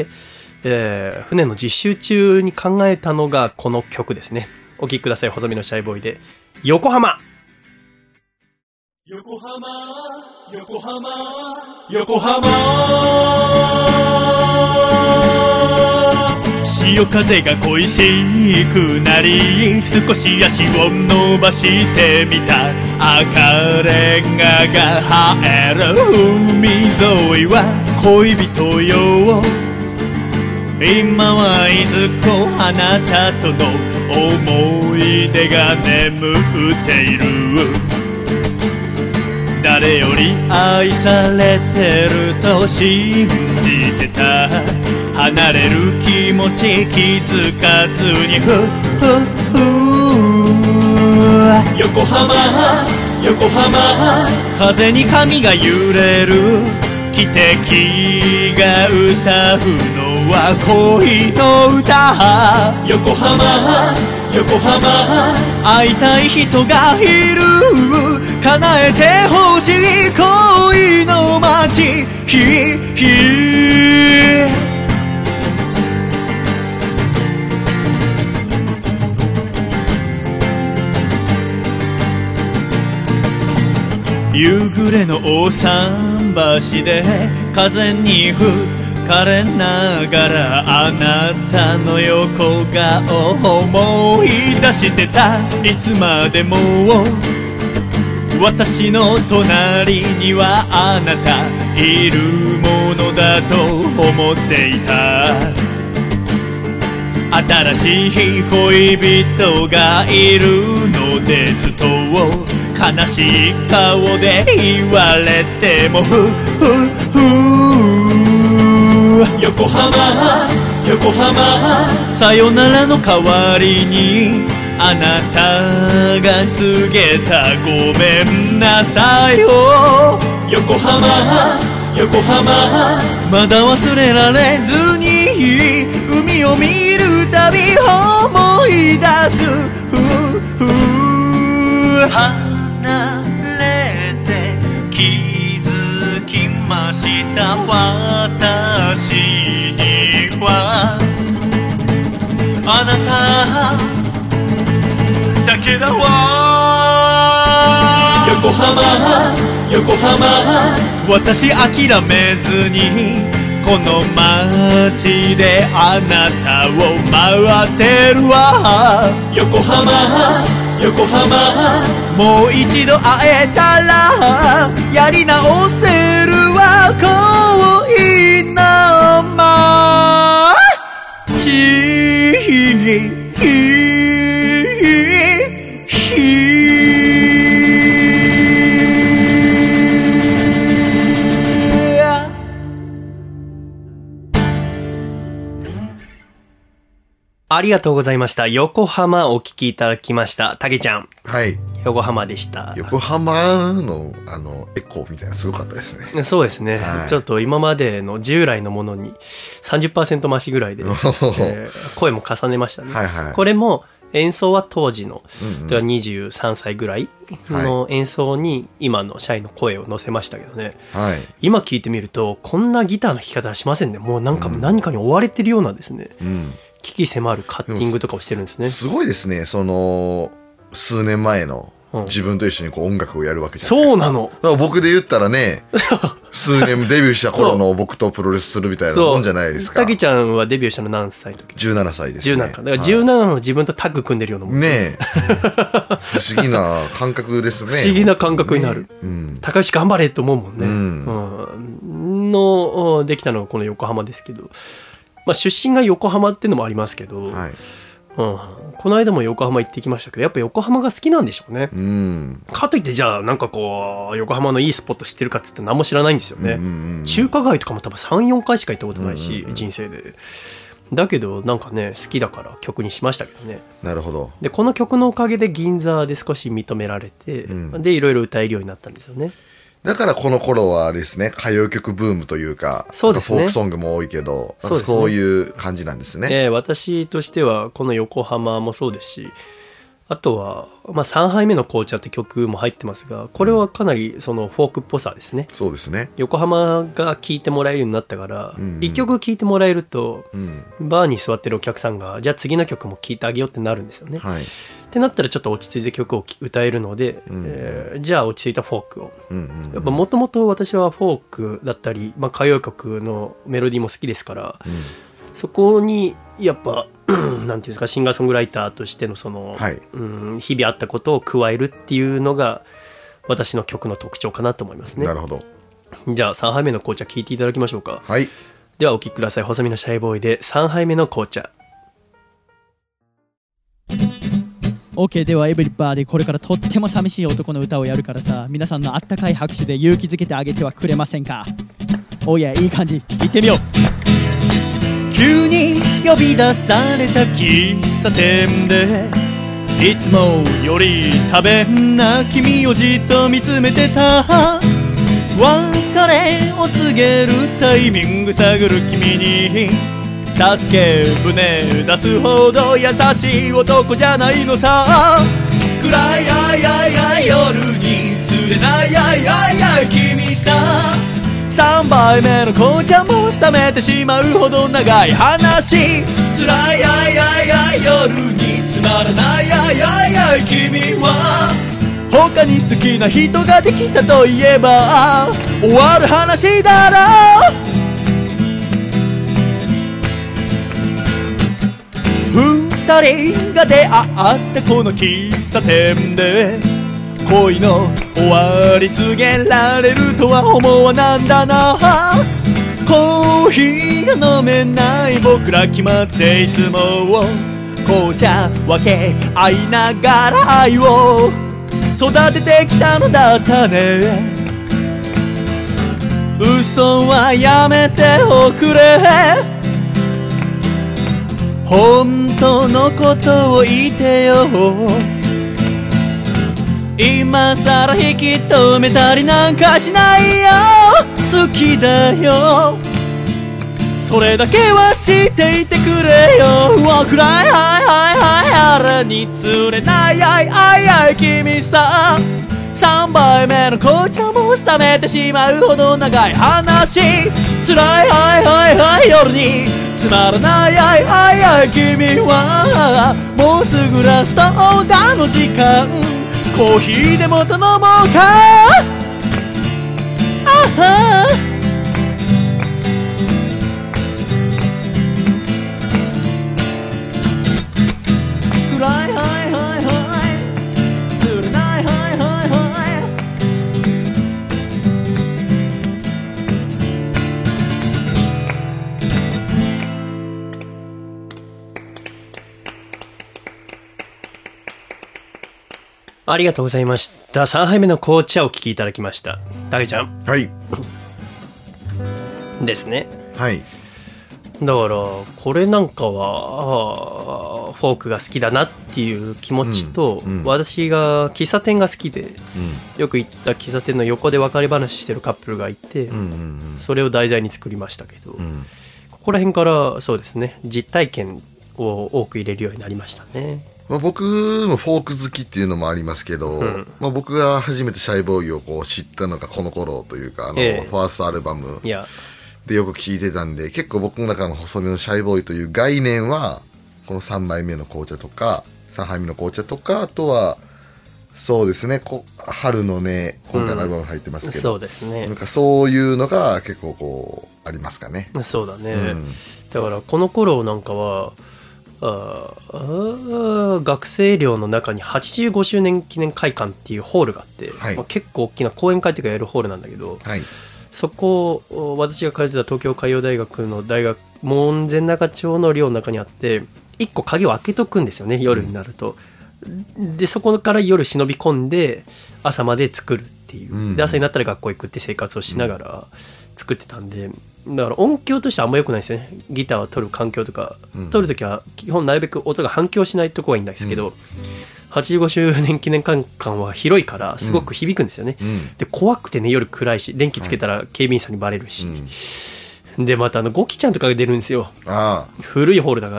船の実習中に考えたのがこの曲ですね。お聴きください。細身のシャイボーイで横浜。横浜横浜横浜、潮風が恋しくなり少し足を伸ばしてみた。赤レンガが映える海沿いは恋人よ、今はいずこあなたとの思い出が眠っている。誰より愛されてると信じてた。離れる気持ち気づかずに横浜横浜、風に髪が揺れる。汽笛が歌うのは恋の歌。横浜横浜、会いたい人がいる。叶えてほしい恋の街。夕暮れの大桟橋で風に吹枯れながらあなたの横顔思い出してた。いつまでも私の隣にはあなたいるものだと思っていた。新しい恋人がいるのですと悲しい顔で言われても横浜横浜さよならの代わりにあなたが告げたごめんなさいよ。横浜横浜まだ忘れられずに海を見るたび思い出す。離れて気づきました私にはあなただけだわ。横浜横浜私諦めずにこの街であなたを待ってるわ。横浜横浜もう一度会えたらやり直せるわ。恋の街ありがとうございました。横浜お聞きいただきました。たけちゃん。 はい。 横浜でした。 横浜のエコーみたいなすごかったですね。 そうですね。 はい、 ちょっと今までの従来のものに 30% 増しぐらいで、声も重ねましたね。 はいはい、 これも演奏は当時の、23歳ぐらいの演奏に今のシャイの声を乗せましたけどね、 はい、 今聴いてみるとこんなギターの弾き方はしませんね。もうなんか何かに追われてるようなですね、危機迫るカッティングとかをしてるんですね。 すごいですね。その数年前の自分と一緒にこう音楽をやるわけじゃないですか。 そうなの。 だから僕で言ったらね数年デビューした頃の僕とプロレスするみたいなもんじゃないですか。 たけちゃんはデビューしたの何歳の時 ？17歳ですね。 17か。だから17の自分とタッグ組んでるようなもんね。不思議な感覚ですね。 不思議な感覚になる、高橋頑張れと思うもんね、のできたのがこの横浜ですけど、まあ、出身が横浜っていうのもありますけど、はい、この間も横浜行ってきましたけどやっぱ横浜が好きなんでしょうね、かといってじゃあなんかこう横浜のいいスポット知ってるかっつって何も知らないんですよね、中華街とかも多分 3,4 回しか行ったことないし、人生で。だけどなんかね好きだから曲にしましたけどね。 なるほど。 でこの曲のおかげで銀座で少し認められて、でいろいろ歌えるようになったんですよね。 だからこの頃はあれですね、歌謡曲ブームというか、 そうですね、 フォークソングも多いけど、そういう感じなんですね。 私としてはこの横浜もそうですし、あとは、3杯目の紅茶って曲も入ってますが、これはかなりそのフォークっぽさですね。 そうですね。 横浜が聴いてもらえるようになったから、一曲聴いてもらえると、バーに座ってるお客さんがじゃあ次の曲も聴いてあげようってなるんですよね。はい、ってなったらちょっと落ち着いた曲を歌えるので、じゃあ落ち着いたフォークを、やっぱもともと私はフォークだったり、歌謡曲のメロディーも好きですから、そこにやっぱなんていうんですか、シンガーソングライターとしてのその、日々あったことを加えるっていうのが私の曲の特徴かなと思いますね。 なるほど。 じゃあ3杯目の紅茶聴いていただきましょうか。 はい。 ではお聴きください。細身のシャイボーイで3杯目の紅茶。 OK、 ではエブリバーでこれからとっても寂しい男の歌をやるからさ、皆さんのあったかい拍手で勇気づけてあげてはくれませんか。おいや、いい感じ、行ってみよう。急に呼び出された喫茶店でいつもより食べんな君をじっと見つめてた。別れを告げるタイミング探る君に助け舟出すほど優しい男じゃないのさ。暗いあいあいあい夜に釣れないあいあいあい君さ。3杯目の紅茶も冷めてしまうほど長い話。辛いあいあいあい夜につまらないあいあいあい君は他に好きな人ができたといえば終わる話だろう。 人が出会ったこの喫茶店で恋の終わり告げられるとは思わなんだな。コーヒーが飲めない僕ら決まっていつも紅茶分け合いながら愛を育ててきたのだったね。嘘はやめておくれ、本当のことを言ってよ。今さら引き止めたりなんかしないよ。好きだよ、それだけは知っていてくれよ。暗いあれに釣れないあい君さ。3杯目の紅茶も冷めてしまうほど長い話。辛い夜につまらない君はもうすぐラストオーダーの時間。コーヒーでも頼もうか。暗い釣れないありがとうございました。3杯目の紅茶をお聞きいただきました。たけちゃん。 はい。 ですね。 はい。 だからこれなんかはフォークが好きだなっていう気持ちと、私が喫茶店が好きで、よく行った喫茶店の横で別れ話してるカップルがいて、それを題材に作りましたけど、ここら辺からそうですね、実体験を多く入れるようになりましたね。 僕もフォーク好きっていうのもありますけど、僕が初めてシャイボーイをこう知ったのがこの頃というか、ファーストアルバムでよく聴いてたんで、結構僕の中の細めのシャイボーイという概念はこの3枚目の紅茶とか3杯目の紅茶とか、あとはそうですね、春のね、今回のアルバム入ってますけど、 そうですね、 なんかそういうのが結構こうありますかね。 そうだね、だからこの頃なんかは学生寮の中に85周年記念会館っていうホールがあって、結構大きな講演会というかやるホールなんだけど、そこ私が通ってた東京海洋大学の大学門前仲町の寮の中にあって、1個鍵を開けとくんですよね、夜になると。でそこから夜忍び込んで朝まで作るっていう、で朝になったら学校行くって生活をしながら作ってたんで、だから音響としてはあんま良くないですよね。ギターを取る環境とか、取るときは基本なるべく音が反響しないとこがいいんですけど、85周年記念館は広いからすごく響くんですよね、で怖くてね、夜暗いし電気つけたら警備員さんにバレるし、でまたゴキちゃんとかが出るんですよ。古いホールだから。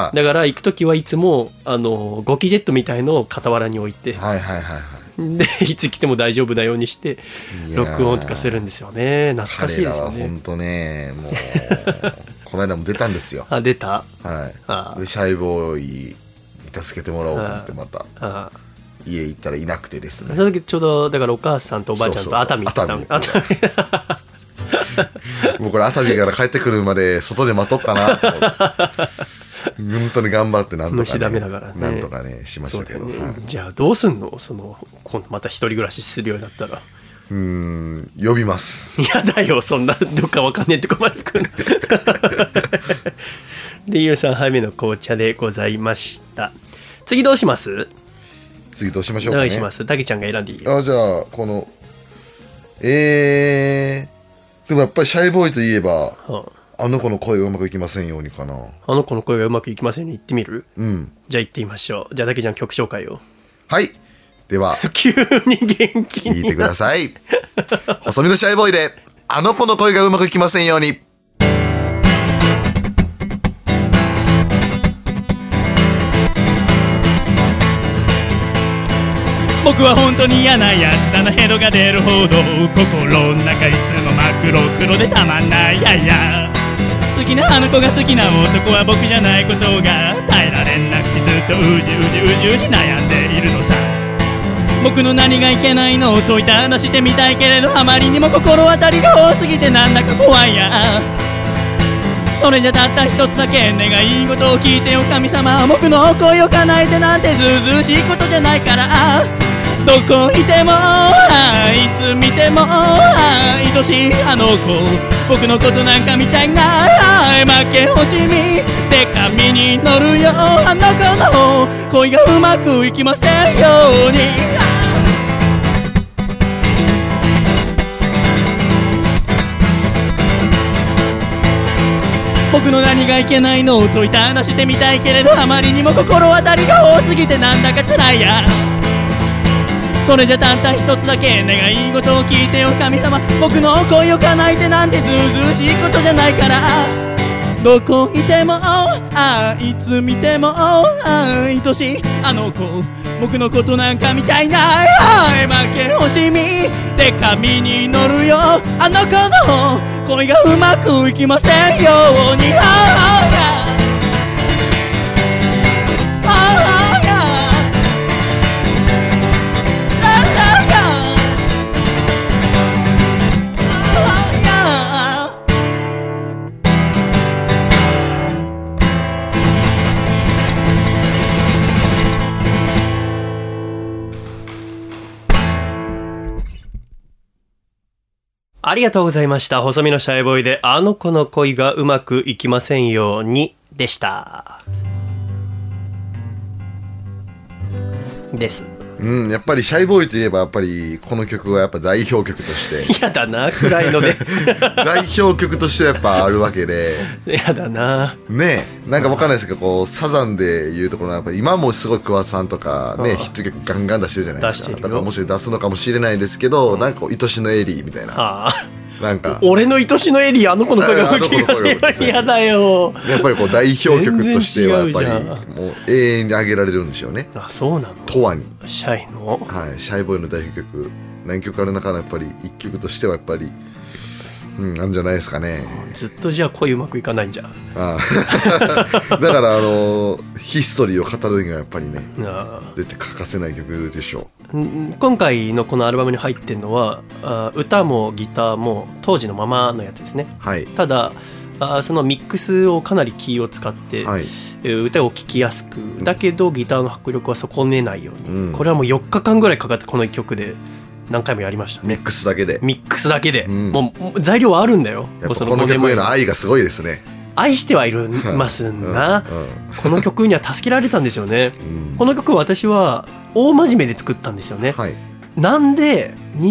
だから行くときはいつもゴキジェットみたいのを傍らに置いて、でいつ来ても大丈夫なようにして録音とかするんですよね。懐かしいですよね。 本当ね、もうこの間も出たんですよ。 出た。 でシャイボーイに助けてもらおうと思ってまた家行ったらいなくてですね。 その時ちょうどだからお母さんとおばあちゃんと熱海行ってた。 もうこれ熱海から帰ってくるまで外で待とうかなと思って本当に頑張ってなんとかね、 虫ダメだからね、 なんとかねしましたけど、 じゃあどうすんの、今度また一人暮らしするようになったら。 呼びます。 やだよ、そんなどっかわかんねえとこまで来るでいう3杯目の紅茶でございました。次どうします？ 次どうしましょうかね。 どうします？たけちゃんが選んでいい？ じゃあこのでもやっぱりシャイボーイといえば、あの子の声がうまくいきませんようにかな。あの子の声がうまくいきませんように言ってみる？じゃあ言ってみましょう。じゃあたけちゃん曲紹介を。はい、では急に元気に聞いてください細身のシャイボーイであの子の声がうまくいきませんように。 僕は本当に嫌なやつだな、ヘドが出るほど心の中いつも真っ黒黒でたまんない。やいや好きなあの子が好きな男は僕じゃないことが耐えられなくてずっとうじ悩んでいるのさ。僕の何がいけないのを問いただしてみたいけれど、あまりにも心当たりが多すぎてなんだか怖いや。 それじゃたった一つだけ願い事を聞いてよ神様。僕の恋を叶えてなんてずうずうしいことじゃないから。どこいてもいつ見ても愛しいあの子、僕のことなんか見ちゃいない。負け惜しみで髪に乗るよあの子の恋がうまくいきませんように。僕の何がいけないのを問いただしてみたいけれど、あまりにも心当たりが多すぎてなんだか辛いや。それじゃたった一つだけ願い事を聞いてよ神様。僕の恋を叶えてなんてずうずうしいことじゃないから。どこいてもいつ見ても愛しいあの子、僕のことなんか見ちゃいない。負け惜しみで髪に乗るよあの子の恋がうまくいきませんように。 ありがとうございました。細身のシャイボーイであの子の恋がうまくいきませんようにでした。です。 やっぱりシャイボーイといえばやっぱりこの曲はやっぱ代表曲としてやだな暗いので代表曲としてやっぱあるわけでやだなねえ、なんかわかんないですけどこうサザンでいうところのやっぱ今もすごい桑田さんとかねヒット曲ガンガン出してるじゃないですか。だからもし出すのかもしれないですけど、なんかこう愛しのエリーみたいな、なんか俺の愛しのエリーあの子の声が吹き出して嫌だよ。 やっぱりこう代表曲としてはやっぱりもう永遠に上げられるんでしょうね。 あ、そうなの。 とわにシャイの、 はい、シャイボーイの代表曲何曲ある中のやっぱり一曲としてはやっぱりなんじゃないですかね。 ずっとじゃあ恋うまくいかないんじゃ。 あだからヒストリーを語るにはやっぱりね絶対欠かせない曲でしょう。 今回のこのアルバムに入ってるのは歌もギターも当時のままのやつですね、 はい、 ただそのミックスをかなりキーを使って、はい、歌を聴きやすくだけどギターの迫力は損ねないように、これはもう4日間ぐらいかかってこの1曲で何回もやりましたね。 ミックスだけでもう材料はあるんだよ。 やっぱこの曲への愛がすごいですね。 愛してはいますがこの曲には助けられたんですよね、この曲を私は大真面目で作ったんですよね、はい、なんで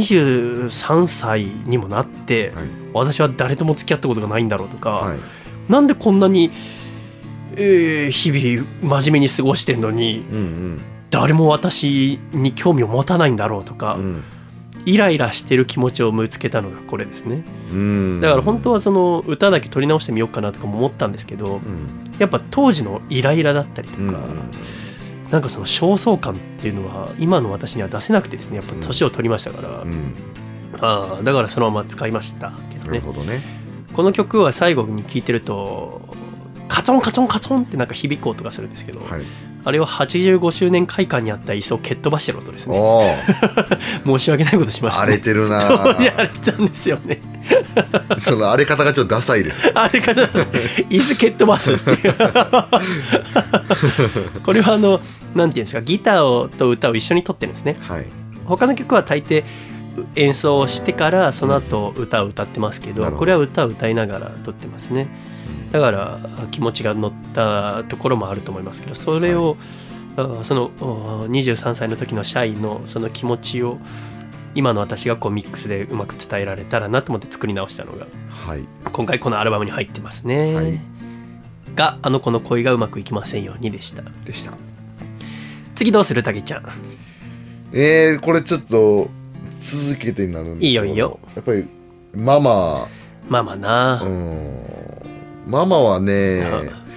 23歳にもなって、はい、私は誰とも付き合ったことがないんだろうとか、はい、なんでこんなに、日々真面目に過ごしてんのに、誰も私に興味を持たないんだろうとか、イライラしてる気持ちをぶつけたのがこれですね。だから本当はその歌だけ取り直してみようかなとかも思ったんですけど、やっぱ当時のイライラだったりとか、なんかその焦燥感っていうのは今の私には出せなくてですね、やっぱ年を取りましたから、だからそのまま使いましたけどね。 なるほどね。 この曲は最後に聴いてるとカチョンカチョンカチョンってなんか響く音がするんですけど、はい、あれは85周年会館にあった椅子を蹴っ飛ばしてる音ですね。申し訳ないことしましたね。 荒れてるな。 当時荒れてたんですよね。 その荒れ方がちょっとダサいです。 荒れ方ダサい。椅子蹴っ飛ばすっていうこれはなんていうんですか、ギターと歌を一緒に撮ってるんですね、はい、他の曲は大抵演奏をしてからその後歌を歌ってますけど、これは歌を歌いながら撮ってますね。だから気持ちが乗ったところもあると思いますけど、それを、その23歳の時のシャイのその気持ちを今の私がこうミックスでうまく伝えられたらなと思って作り直したのが、はい、今回このアルバムに入ってますね、はい、があの子の恋がうまくいきませんようにでした。次どうするたけちゃん。 これちょっと続けてになるんですけど、 いいよいいよ。 やっぱりママな、 ママはね、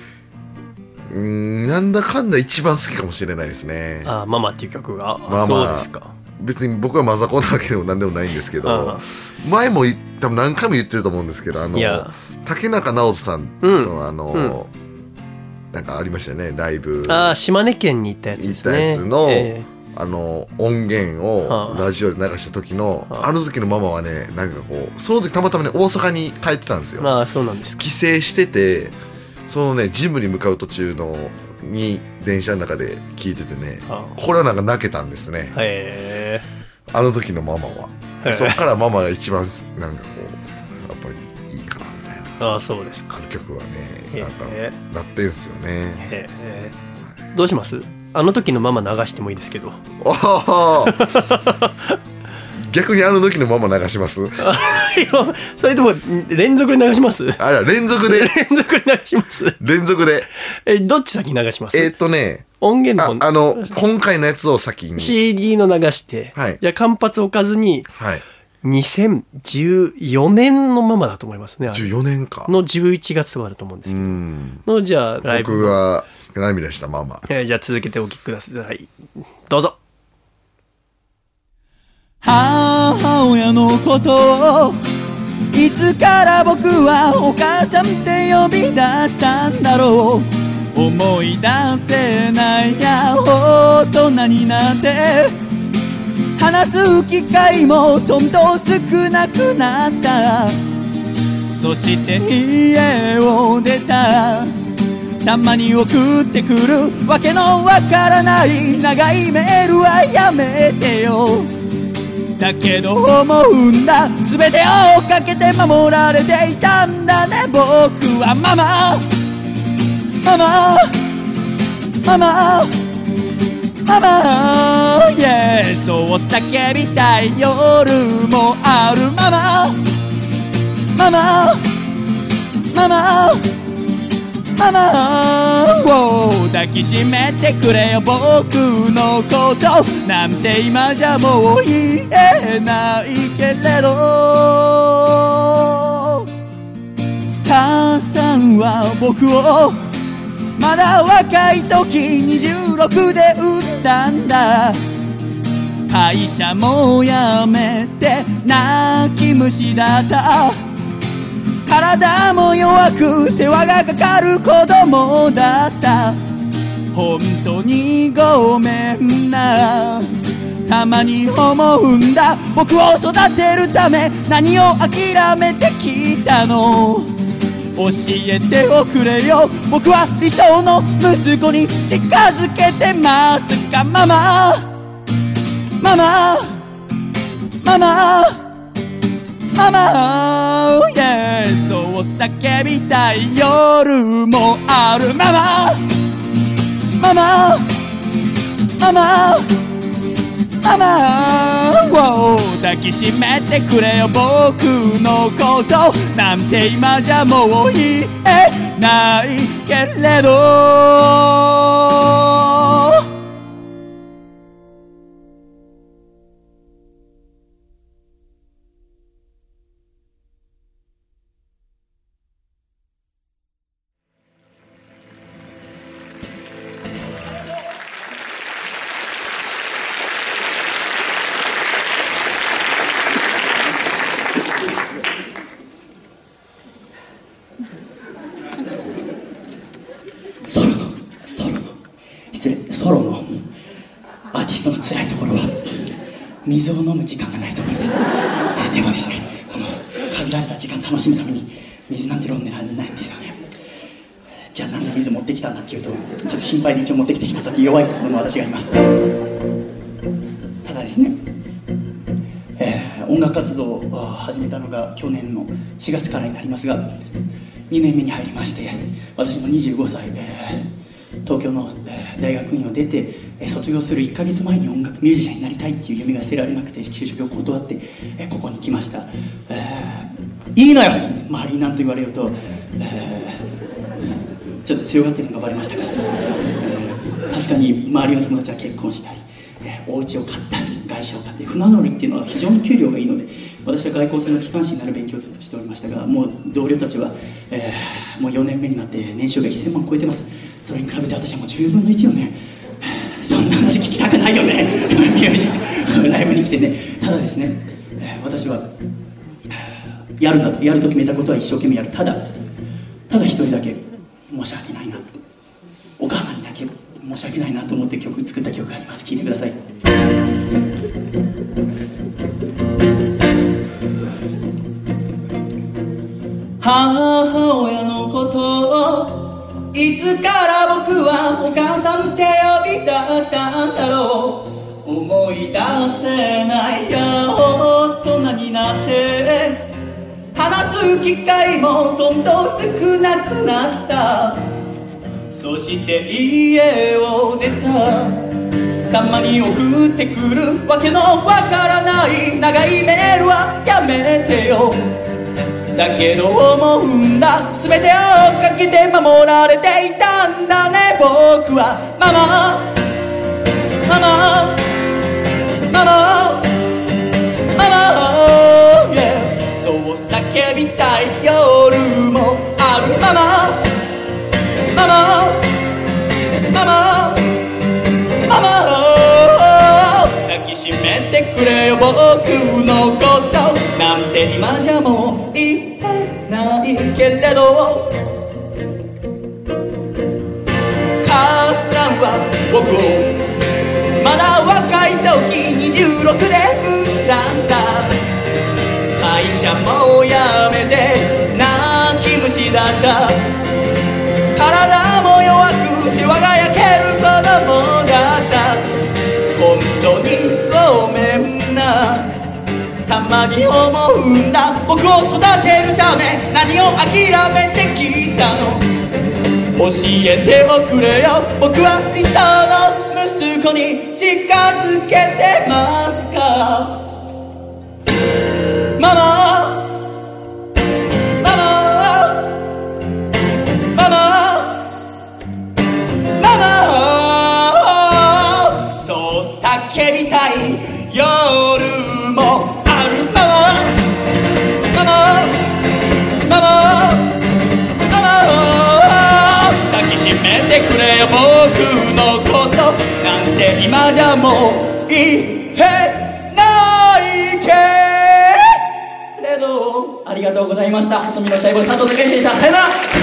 なんだかんだ一番好きかもしれないですね。 ママっていう曲が。そうですか。 別に僕はマザコンなわけでも何でもないんですけど、前も多分何回も言ってると思うんですけど、竹中直人さんとなんかありましたよね、ライブ。 島根県に行ったやつですね。 行ったやつの、 音源をラジオで流した時のあの時のママはね、なんかこうその時たまたまね大阪に帰ってたんですよ。 ああ、そうなんですか。 帰省してて、そのねジムに向かう途中に電車の中で聞いててね、これはなんか泣けたんですね。 へあの時のママは。そっからママが一番なんかこうやっぱりいいかなみたいな。 ああ、そうですか。 曲はね、なんかなってんすよね。 どうします？あの時のママ流してもいいですけど。 逆にあの時のママ流します？ それとも連続で流します？ 連続で連続で流します？ 連続で。 どっち先流します？ 音源の今回のやつを先に CD の流して、はい、じゃあ間髪置かずに、はい、2014年のママだと思いますね。 14年かの11月とかだと思うんですけどの、じゃあライブ僕は涙したママ、 じゃあ続けてお聞きください。どうぞ。 母親のことをいつから僕はお母さんって呼び出したんだろう。思い出せないや大人になって話す機会もどんどん少なくなった。そして家を出た。たまに送ってくるわけのわからない長いメールはやめてよ。だけど思うんだ、全てをかけて守られていたんだね。僕はママママママママ、yeah、そう叫びたい夜もある。ママママママママ、抱きしめてくれよ僕のことなんて今じゃもう言えないけれど、母さんは僕をまだ若い時26で産んだんだ。会社も辞めて泣き虫だった。体も弱く世話がかかる子供だった。本当にごめんな。たまに思うんだ、僕を育てるため何を諦めてきたの。教えておくれよ、僕は理想の息子に近づけてますか。ママママママママ、yeah、そう叫びたい夜もある。ママママママママ、抱きしめてくれよ僕のことなんて今じゃもう言えないけれど。ソロのアーティストの辛いところは水を飲む時間がないところです。でもですね、この限られた時間楽しむために水なんて飲んでらんじゃないんですよね。じゃあなんで水持ってきたんだっていうと、ちょっと心配で一応持ってきてしまったという弱い心の私がいます。ただですね、音楽活動を始めたのが去年の4月からになりますが、2年目に入りまして、私も25歳東京の大学院を出て卒業する1ヶ月前に音楽ミュージシャンになりたいっていう夢が捨てられなくて就職を断ってここに来ました。いいのよ周りに何と言われようと、ちょっと強がってるのがバレましたか。確かに周りの友達は結婚したり、お家を買ったり外車を買って、船乗りっていうのは非常に給料がいいので、私は外交船の機関士になる勉強をずっとしておりましたが、もう同僚たちは、もう4年目になって年収が1000万超えてます。それに比べて私はもう10分の1よね。そんな話聞きたくないよねミュージックライブに来てね。ただですね、私はやるんだと、やると決めたことは一生懸命やる。ただ一人だけ申し訳ないな、お母さんにだけ申申し訳ないなと思って作った曲があります。聴いてください。母親のことをいつから僕はお母さんって呼び出したんだろう。思い出せないや大人になって話す機会もどんどん少なくなった。そして家を出た。たまに送ってくるわけのわからない長いメールはやめてよ。だけど思うんだ、全てをかけて守られていたんだね。僕はママママママママ、yeah、そう叫びたい夜もある。ママママママママ、抱きしめてくれよ僕のことなんて今じゃもう言えないけれど、母さんは僕をまだ若い時26で産んだんだ。会社も辞めて泣き虫だった。体も弱く世話が焼ける子供だった。本当にごめんな。たまに思うんだ、僕を育てるため何を諦めてきたの。教えておくれよ、僕は理想の息子に近づけてますか。ママママママママ、そう叫びたい夜もある。ママママママママ、抱きしめてくれよ僕のことなんて今じゃもう言えないけれど。ありがとうございました。細身のシャイボーイ佐藤孝之でした。さよなら。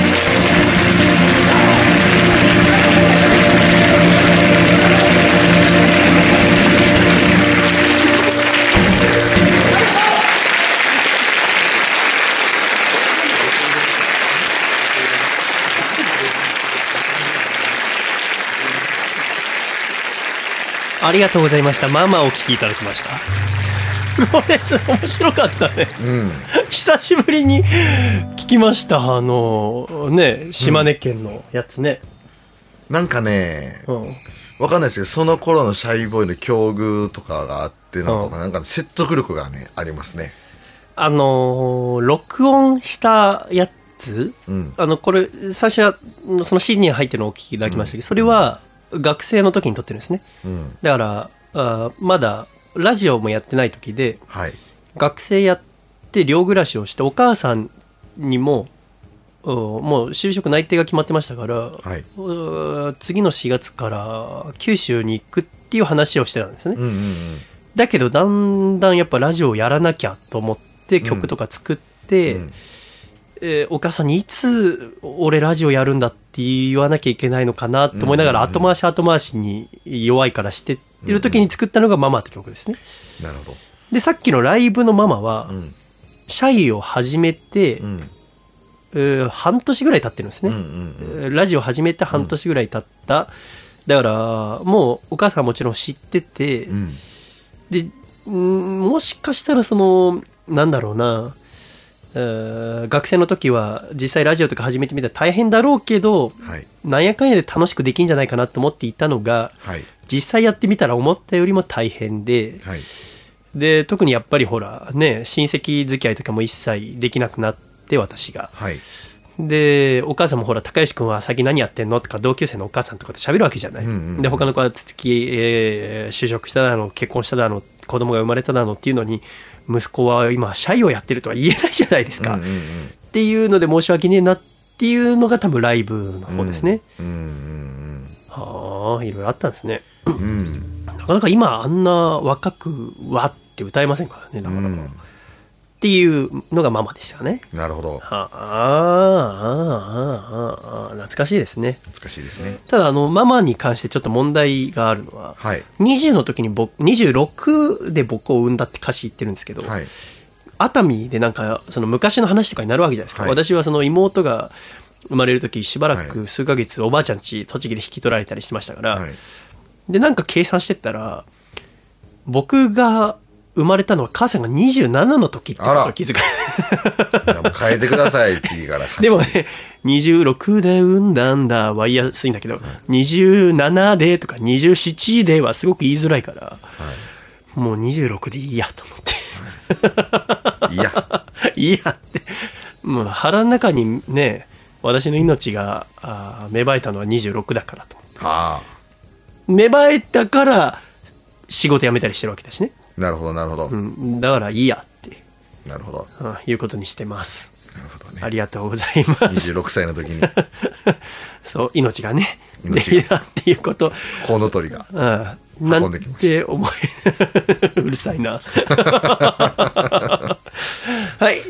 ありがとうございました。ママをお聞きいただきました。これ面白かったね、うん、久しぶりに聞きました。ね、島根県のやつね、 なんかね、わかんないですけど、その頃のシャイボーイの境遇とかがあってなんか説得力がねありますね。 録音したやつ、これ最初はその CD に入ってるのをお聞きいただきましたけど、それは学生の時に撮ってるんですね、だからまだラジオもやってない時で、学生やって寮暮らしをしてお母さんにももう就職内定が決まってましたから、次の4月から九州に行くっていう話をしてたんですね、だけどだんだんやっぱラジオをやらなきゃと思って曲とか作って、お母さんにいつ俺ラジオやるんだって言わなきゃいけないのかなと思いながら、後回しに弱いからしてってる時に作ったのがママって曲ですね。 なるほど。 でさっきのライブのママは、シャイを始めて、半年ぐらい経ってるんですね、ラジオ始めて半年ぐらい経った、だからもうお母さんはもちろん知ってて、でもしかしたらそのなんだろうな、学生の時は実際ラジオとか始めてみたら大変だろうけど、なんやかんやで楽しくできんじゃないかなと思っていたのが、実際やってみたら思ったよりも大変で、で特にやっぱりほらね、親戚付き合いとかも一切できなくなって私が、でお母さんもほら高吉君は最近何やってんのとか同級生のお母さんとかと喋るわけじゃない、で他の子は就職しただの結婚しただの子供が生まれただのっていうのに、息子は今シャイをやってるとは言えないじゃないですか、っていうので申し訳ねえなっていうのが多分ライブの方ですね。はあ、いろいろあったんですね、なかなか今あんな若くわって歌えませんからね、なかなか、 っていうのがママでしたね。 なるほど。 懐かしいですね。 懐かしいですね。 ただママに関してちょっと問題があるのは、 はい、 20の時に26で僕を産んだって歌詞言ってるんですけど、はい、熱海でなんかその昔の話とかになるわけじゃないですか、はい、私はその妹が生まれる時しばらく数ヶ月おばあちゃん家栃木で引き取られたりしてましたから、はい、でなんか計算してったら僕が生まれたのは母さんが27の時ってことを気づく。 じゃあもう変えてください次から。 でもね26で産んだんだは言いやすいんだけど、27でとか27ではすごく言いづらいから、はい、もう26でいいやと思って、いやってもう腹の中にね私の命が芽生えたのは26だからと思って、はあ、芽生えたから仕事辞めたりしてるわけだしね。 なるほどなるほど、 うん、だからいいやってなるほど、 いうことにしてます。 なるほどね。 ありがとうございます。 26歳の時にそう命がねできたっていうこと、 コウノトリが運んできました。なんて思うるさいなはい、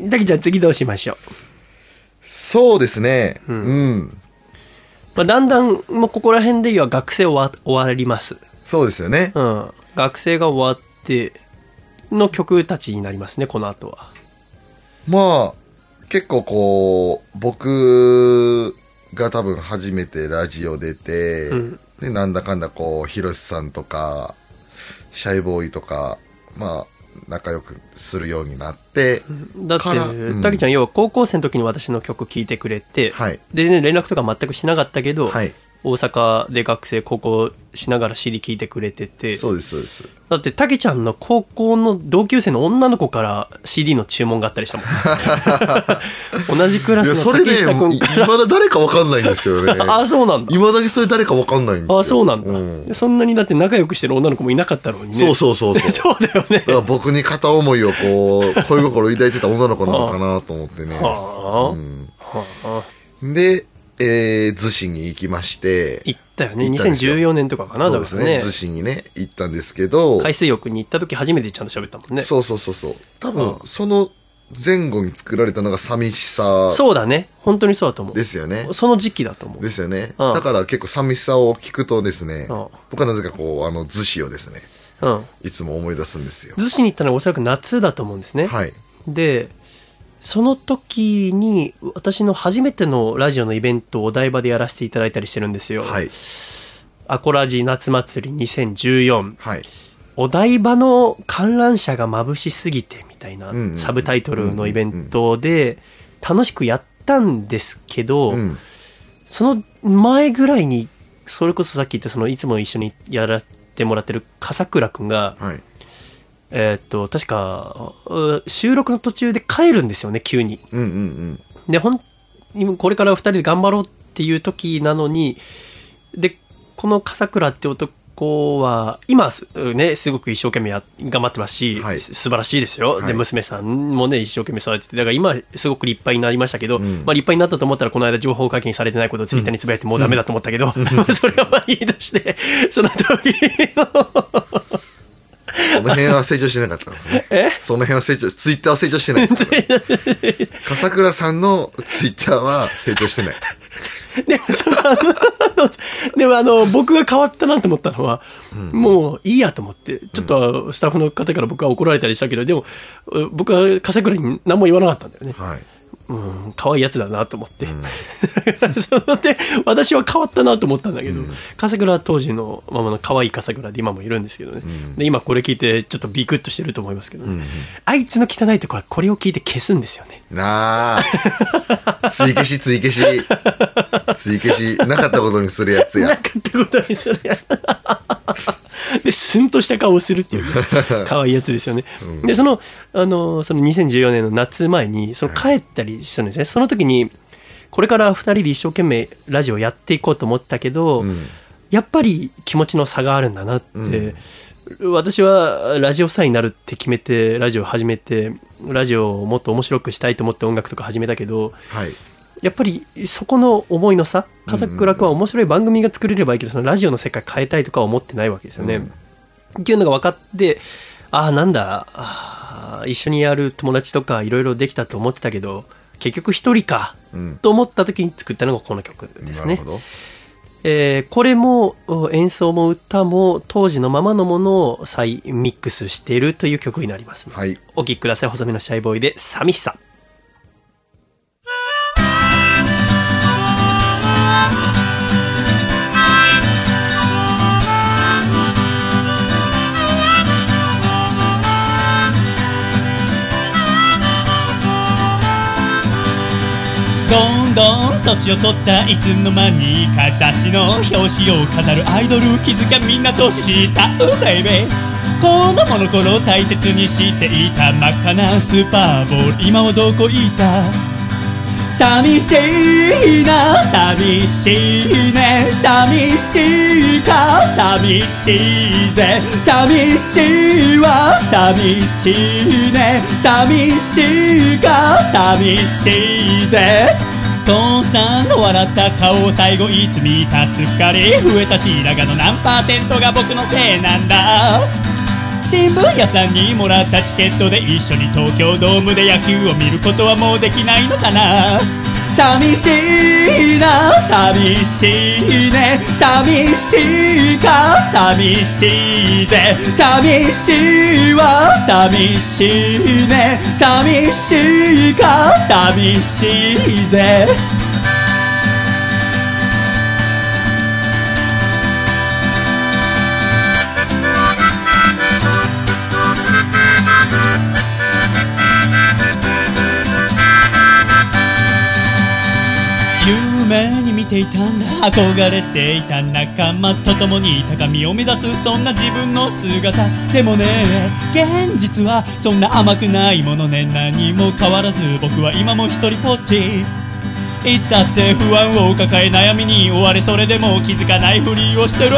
だけじゃあ次どうしましょう。 そうですね、うん、うん、 まあ、だんだんもうここら辺で言えば学生終わります。 そうですよね、 うん、学生が終わっての曲たちになりますねこの後は。 まあ結構こう僕が多分初めてラジオ出て、うん、でなんだかんだこうひろしさんとかシャイボーイとかまあ仲良くするようになって、 だってたけちゃん要は高校生の時に私の曲聴いてくれて、はい、で連絡とか全くしなかったけど、はい、大阪で学生高校しながら CD 聴いてくれてて。 そうですそうです。 だってたけちゃんの高校の同級生の女の子から CD の注文があったりしたもん同じクラスの竹下君から。 それね、まだ誰か分かんないんですよねあ、そうなんだ。 いまだにそれ誰か分かんないんですよ。 あ、そうなんだ、うん、そんなにだって仲良くしてる女の子もいなかったのにね。 そうそうそうだよね。 だから僕に片思いをこう恋心抱いてた女の子なのかなと思ってねで逗子に行きまして。 行ったよね。2014年とかかな。 そうですね。逗子にね行ったんですけど、 海水浴に行った時初めてちゃんと喋ったもんね。 そう多分その前後に作られたのが寂しさ。 そうだね、本当にそうだと思う。 ですよね。 その時期だと思う。 ですよね。だから結構寂しさを聞くとですね、僕はなぜかこう逗子をですね、いつも思い出すんですよ。 逗子に行ったのはおそらく夏だと思うんですね。 はい。 でその時に私の初めてのラジオのイベントをお台場でやらせていただいたりしてるんですよ。 はい、 アコラジ夏祭り2014、 はい、 お台場の観覧車が眩しすぎてみたいなサブタイトルのイベントで楽しくやったんですけど、その前ぐらいにそれこそさっき言ったそのいつも一緒にやらせてもらってる笠倉くんが、 はい、 確か収録の途中で帰るんですよね急に、でこれから2人で頑張ろうっていう時なのに、でこの笠倉って男は今ねすごく一生懸命頑張ってますし、はい、素晴らしいですよ、はい、で娘さんもね一生懸命育てて、だから今すごく立派になりましたけど、まあ、立派になったと思ったらこの間情報解禁されてないことをツイッターにつぶやいてもうダメだと思ったけど、それは言い出してその時のその辺は成長してなかったんですね。その辺はツイッターは成長してないですね。笠倉さんのツイッターは成長してない。 でも僕が変わったなと思ったのは、もういいやと思って、ちょっとスタッフの方から僕は怒られたりしたけど、でも僕は笠倉に何も言わなかったんだよね。 はい。 可愛いやつだなと思って、で私は変わったなと思ったんだけど、笠倉は当時のままの可愛い笠倉で今もいるんですけどね、で今これ聞いてちょっとビクッとしてると思いますけど、あいつの汚いとこはこれを聞いて消すんですよね。 なあ追消しなかったことにするやつや。 なかったことにするやつでスンとした顔をするっていう可愛いやつですよね。でその2014年の夏前に帰ったりしたんですね。その時にこれから2人で一生懸命ラジオやっていこうと思ったけど、やっぱり気持ちの差があるんだなって、私はラジオスターになるって決めてラジオを始めて、ラジオをもっと面白くしたいと思って音楽とか始めたけど、やっぱりそこの思いの差、笠倉君は面白い番組が作れればいいけど、そのラジオの世界変えたいとかは思ってないわけですよね、っていうのが分かって、 なんだ、一緒にやる友達とかいろいろできたと思ってたけど、結局一人か、と思った時に作ったのがこの曲ですね。なるほど。これも演奏も歌も当時のままのものを再ミックスしているという曲になります、ね。はい。お聴きください。細身のシャイボーイで寂しさ。 どんどん年を取ったいつの間にか雑誌の表紙を飾るアイドル気づきゃみんな年下ベイベー子供の頃大切にしていた真っ赤なスーパーボール今はどこ行った寂しいな寂しいね寂しいか寂しいぜ寂しいわ寂しいね寂しいか寂しいぜ父さんの笑った顔を最後いつ見たすっかり増えた白髪の何%が僕のせいなんだ新聞屋さんにもらったチケットで一緒に東京ドームで野球を見ることはもうできないのかな寂しいな寂しいね寂しいか寂しいぜ寂しいわ寂しいね寂しいか寂しいぜ夢に見ていたんだ憧れていた仲間と共に高みを目指すそんな自分の姿でもね現実はそんな甘くないものね何も変わらず僕は今も一人ぽっちいつだって不安を抱え悩みに追われそれでも気づかないふりをしてる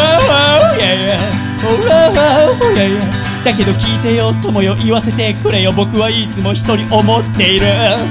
だけど聞いてよ友よ言わせてくれよ僕はいつも一人思っている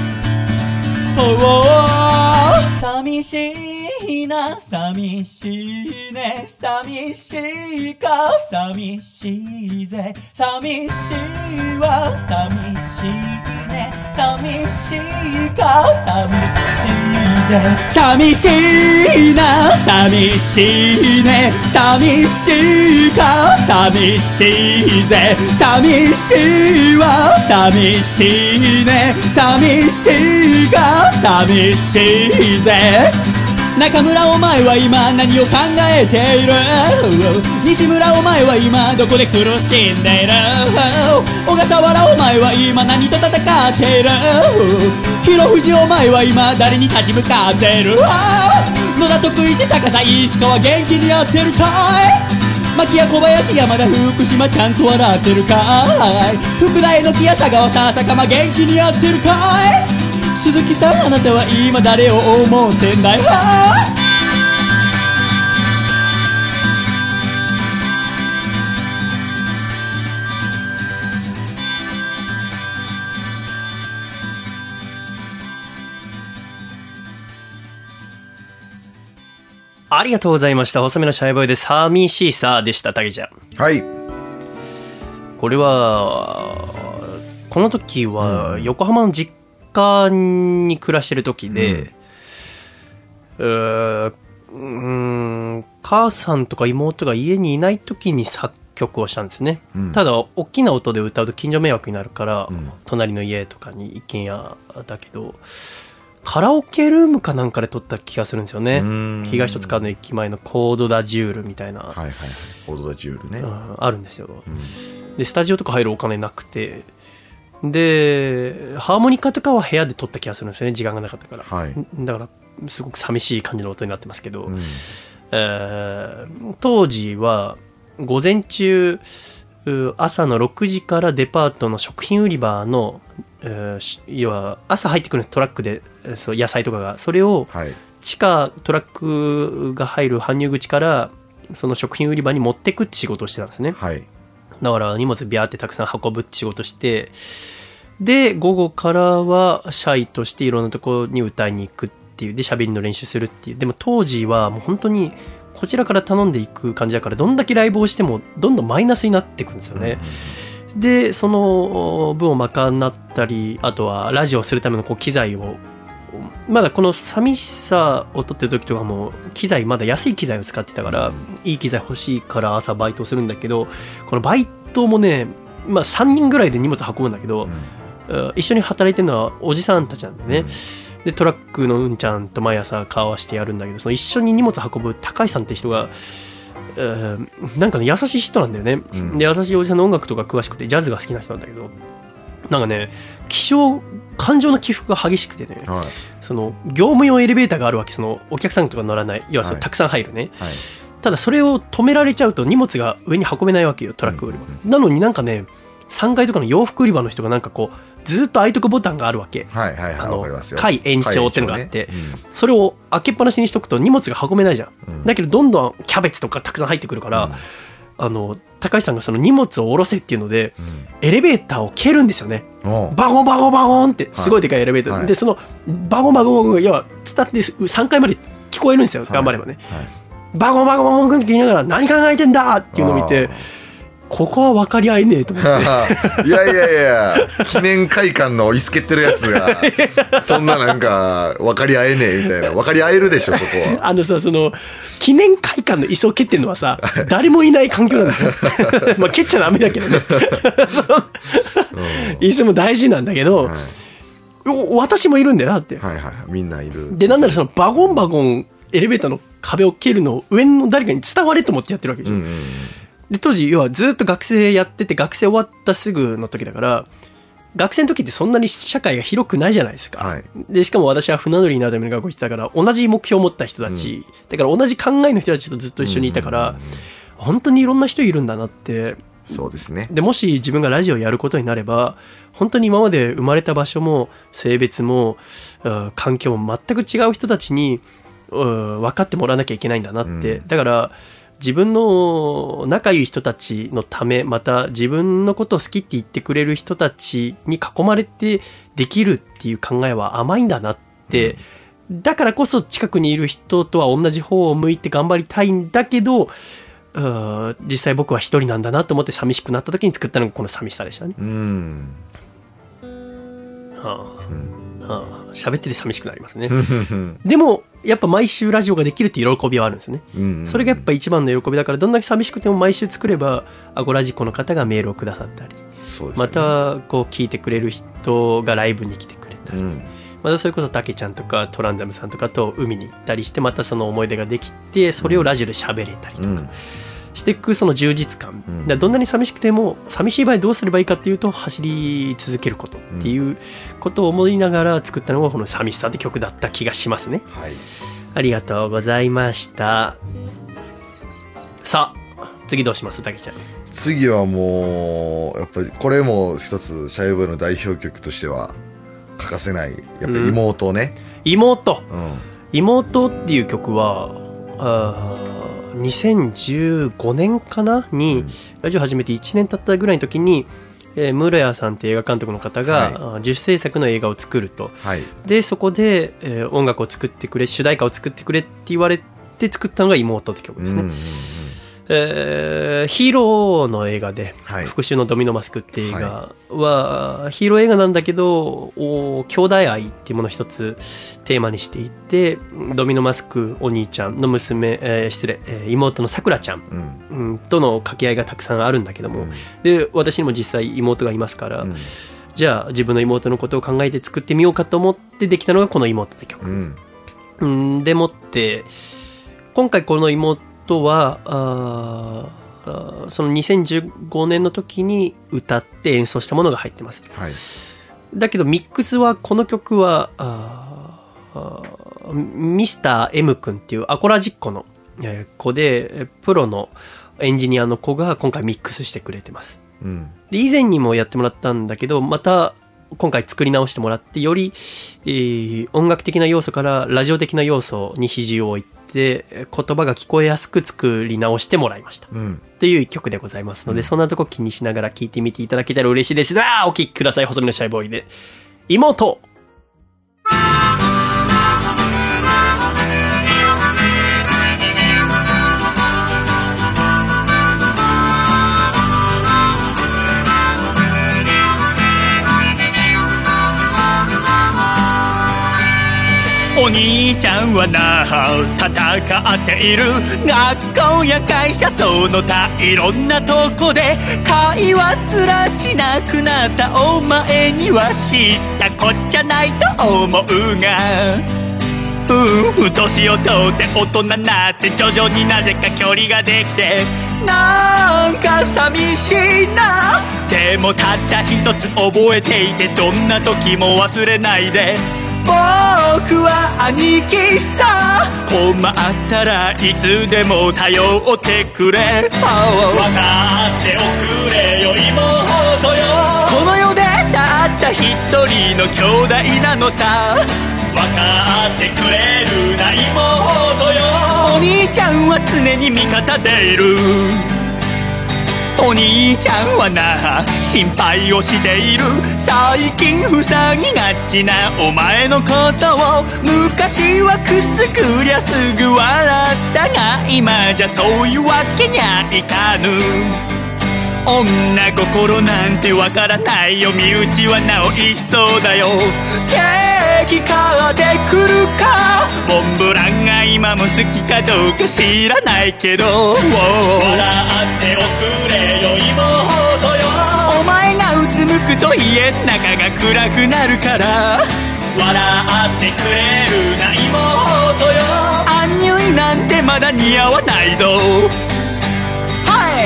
寂しいな寂しいね寂しいか寂しいぜ寂しいわ寂しいね寂しいか寂しいぜ寂しいな寂しいね寂しいか寂しいぜ寂しいわ寂しいね寂しいか寂しいぜ中村お前は今何を考えている西村お前は今どこで苦しんでいる小笠原お前は今何と戦っている広藤お前は今誰に立ち向かっている野田徳一高さ石川元気にやってるかい牧谷小林山田福島ちゃんと笑ってるかい福田榎木や佐川さ坂間元気にやってるかい鈴木さんあなたは今誰を思ってんだいありがとうございました。細めのシャイボーイで寂しさでした。たけちゃん。 はい。 これはこの時は横浜の実家に暮らしてる時で、母さんとか妹が家にいない時に作曲をしたんですね、ただ大きな音で歌うと近所迷惑になるから、隣の家とかに一軒家だけどカラオケルームかなんかで撮った気がするんですよね。東戸塚の駅前のコードダジュールみたいな、 はいはいはい、コードダジュールね、 あるんですよ、でスタジオとか入るお金なくて、でハーモニカとかは部屋で撮った気がするんですよね、時間がなかったから、はい、だからすごく寂しい感じの音になってますけど、当時は午前中朝の6時からデパートの食品売り場の、要は朝入ってくるトラックでそう野菜とかがそれを地下トラックが入る搬入口からその食品売り場に持ってくって仕事をしてたんですね、はい、だから荷物ビャーってたくさん運ぶって仕事して、で午後からはシャイとしていろんなところに歌いに行くっていうで喋りの練習するっていう。でも当時はもう本当にこちらから頼んでいく感じだから、どんだけライブをしてもどんどんマイナスになっていくんですよね、 でその分を賄ったり、あとはラジオをするためのこう機材を、まだこの寂しさを撮ってる時とかも機材まだ安い機材を使ってたから、いい機材欲しいから朝バイトをするんだけど、このバイトもね、まあ、3人ぐらいで荷物運ぶんだけど、一緒に働いてるのはおじさんたちなんでね、でトラックのうんちゃんと毎朝顔合わせてやるんだけど、その一緒に荷物運ぶ高橋さんって人がなんかね優しい人なんだよね、で優しいおじさんの音楽とか詳しくてジャズが好きな人なんだけど、なんかね感情の起伏が激しくてね、はい、その業務用エレベーターがあるわけ、そのお客さんとか乗らない、要はたくさん入るね、はい、ただそれを止められちゃうと荷物が上に運べないわけよ、トラック売り場、なのになんかね3階とかの洋服売り場の人がなんかこうずっと開いとくボタンがあるわけ、 はいはいはい、わかりますよ、 階延長っていうのがあって、それを開けっぱなしにしとくと荷物が運べないじゃん、だけどどんどんキャベツとかたくさん入ってくるから、高橋さんがその荷物を下ろせっていうので、エレベーターを蹴るんですよね、バゴンバゴンバゴンってすごいでかいエレベーター、でそのバゴンバゴンが要は伝って3階まで聞こえるんですよ、頑張ればね、バゴンバゴンって言いながら何考えてんだっていうのを見て、ここは分かり合えねえと思っていやいやいや記念会館の椅子蹴ってるやつがそんななんか分かり合えねえみたいな、分かり合えるでしょそこは。 さその記念会館の椅子を蹴ってるのはさ誰もいない環境なんだよまあ蹴っちゃダメだけどね椅子も大事なんだけど、私もいるんだよだって、 はいはい、みんないるで、なんならそのバゴンバゴンエレベーターの壁を蹴るのを上の誰かに伝われと思ってやってるわけでしょ、で当時要はずっと学生やってて、学生終わったすぐの時だから、学生の時ってそんなに社会が広くないじゃないですか、はい、でしかも私は船乗りになるための学校行ってたから、同じ目標を持った人たち、だから同じ考えの人たちとずっと一緒にいたから、本当にいろんな人いるんだなって。 そうですね。 でもし自分がラジオをやることになれば、本当に今まで生まれた場所も性別も環境も全く違う人たちに分かってもらわなきゃいけないんだなって、だから自分の仲いい人たちのため、また自分のことを好きって言ってくれる人たちに囲まれてできるっていう考えは甘いんだなって、だからこそ近くにいる人とは同じ方を向いて頑張りたいんだけど、実際僕は一人なんだなと思って寂しくなった時に作ったのがこの寂しさでしたね。喋ってて寂しくなりますねでもやっぱ毎週ラジオができるって喜びはあるんですね、それがやっぱ一番の喜びだから、どんだけ寂しくても毎週作ればアゴラジコの方がメールをくださったり、またこう聞いてくれる人がライブに来てくれたり、またそれこそたけちゃんとかトランザムさんとかと海に行ったりして、またその思い出ができて、それをラジオで喋れたりとかしていく、その充実感、どんなに寂しくても、寂しい場合どうすればいいかっていうと、走り続けることっていうことを思いながら作ったのがこの寂しさって曲だった気がしますね、はい、ありがとうございました。さあ次どうしますたけちゃん。 次はもうやっぱりこれも一つシャイボーイの代表曲としては欠かせない、やっぱり妹ね、 妹っていう曲は2015年かなにラジオ始めて1年経ったぐらいの時に、室谷さんって映画監督の方が自主制作の映画を作ると、でそこで、音楽を作ってくれ、主題歌を作ってくれって言われて作ったのが妹って曲ですね、ヒーローの映画で、復讐のドミノマスクって映画は、ヒーロー映画なんだけど兄弟愛っていうものを一つテーマにしていて、ドミノマスクお兄ちゃんの娘、妹のさくらちゃん、との掛け合いがたくさんあるんだけども、で私にも実際妹がいますから、じゃあ自分の妹のことを考えて作ってみようかと思ってできたのがこの妹って曲、でもって今回この妹はその2015年の時に歌って演奏したものが入ってます、だけどミックスはこの曲はミスター M 君っていうアコラジッコの子で、プロのエンジニアの子が今回ミックスしてくれてます、で以前にもやってもらったんだけど、また今回作り直してもらって、より、音楽的な要素からラジオ的な要素に比重を置いて言葉が聞こえやすく作り直してもらいました、っていう一曲でございますので、そんなとこ気にしながら聴いてみていただけたら嬉しいです。お聴きください。細身のシャイボーイで妹。 お兄ちゃんはな戦っている。学校や会社その他いろんなとこで会話すらしなくなったお前には知ったこっちゃないと思うが、年を取って大人になって徐々になぜか距離ができてなんか寂しいな。でもたった一つ覚えていてどんな時も忘れないで、僕は兄貴さ、困ったらいつでも頼ってくれ。分かっておくれよ妹よ、この世でたった一人の兄弟なのさ。分かってくれるな妹よ、お兄ちゃんは常に味方でいる。お兄ちゃんはな心配をしている。最近塞ぎがちなお前のことを、昔はくすぐりゃすぐ笑ったが今じゃそういうわけにはいかぬ。女心なんてわからないよ、身内はなお一層だよ。ケーキ買ってくるか、モンブランが今も好きかどうか知らないけど、笑っておくれよ妹よ、お前がうつむくと家の中が暗くなるから。笑ってくれるな妹よ、アンニュイなんてまだ似合わないぞ。はい、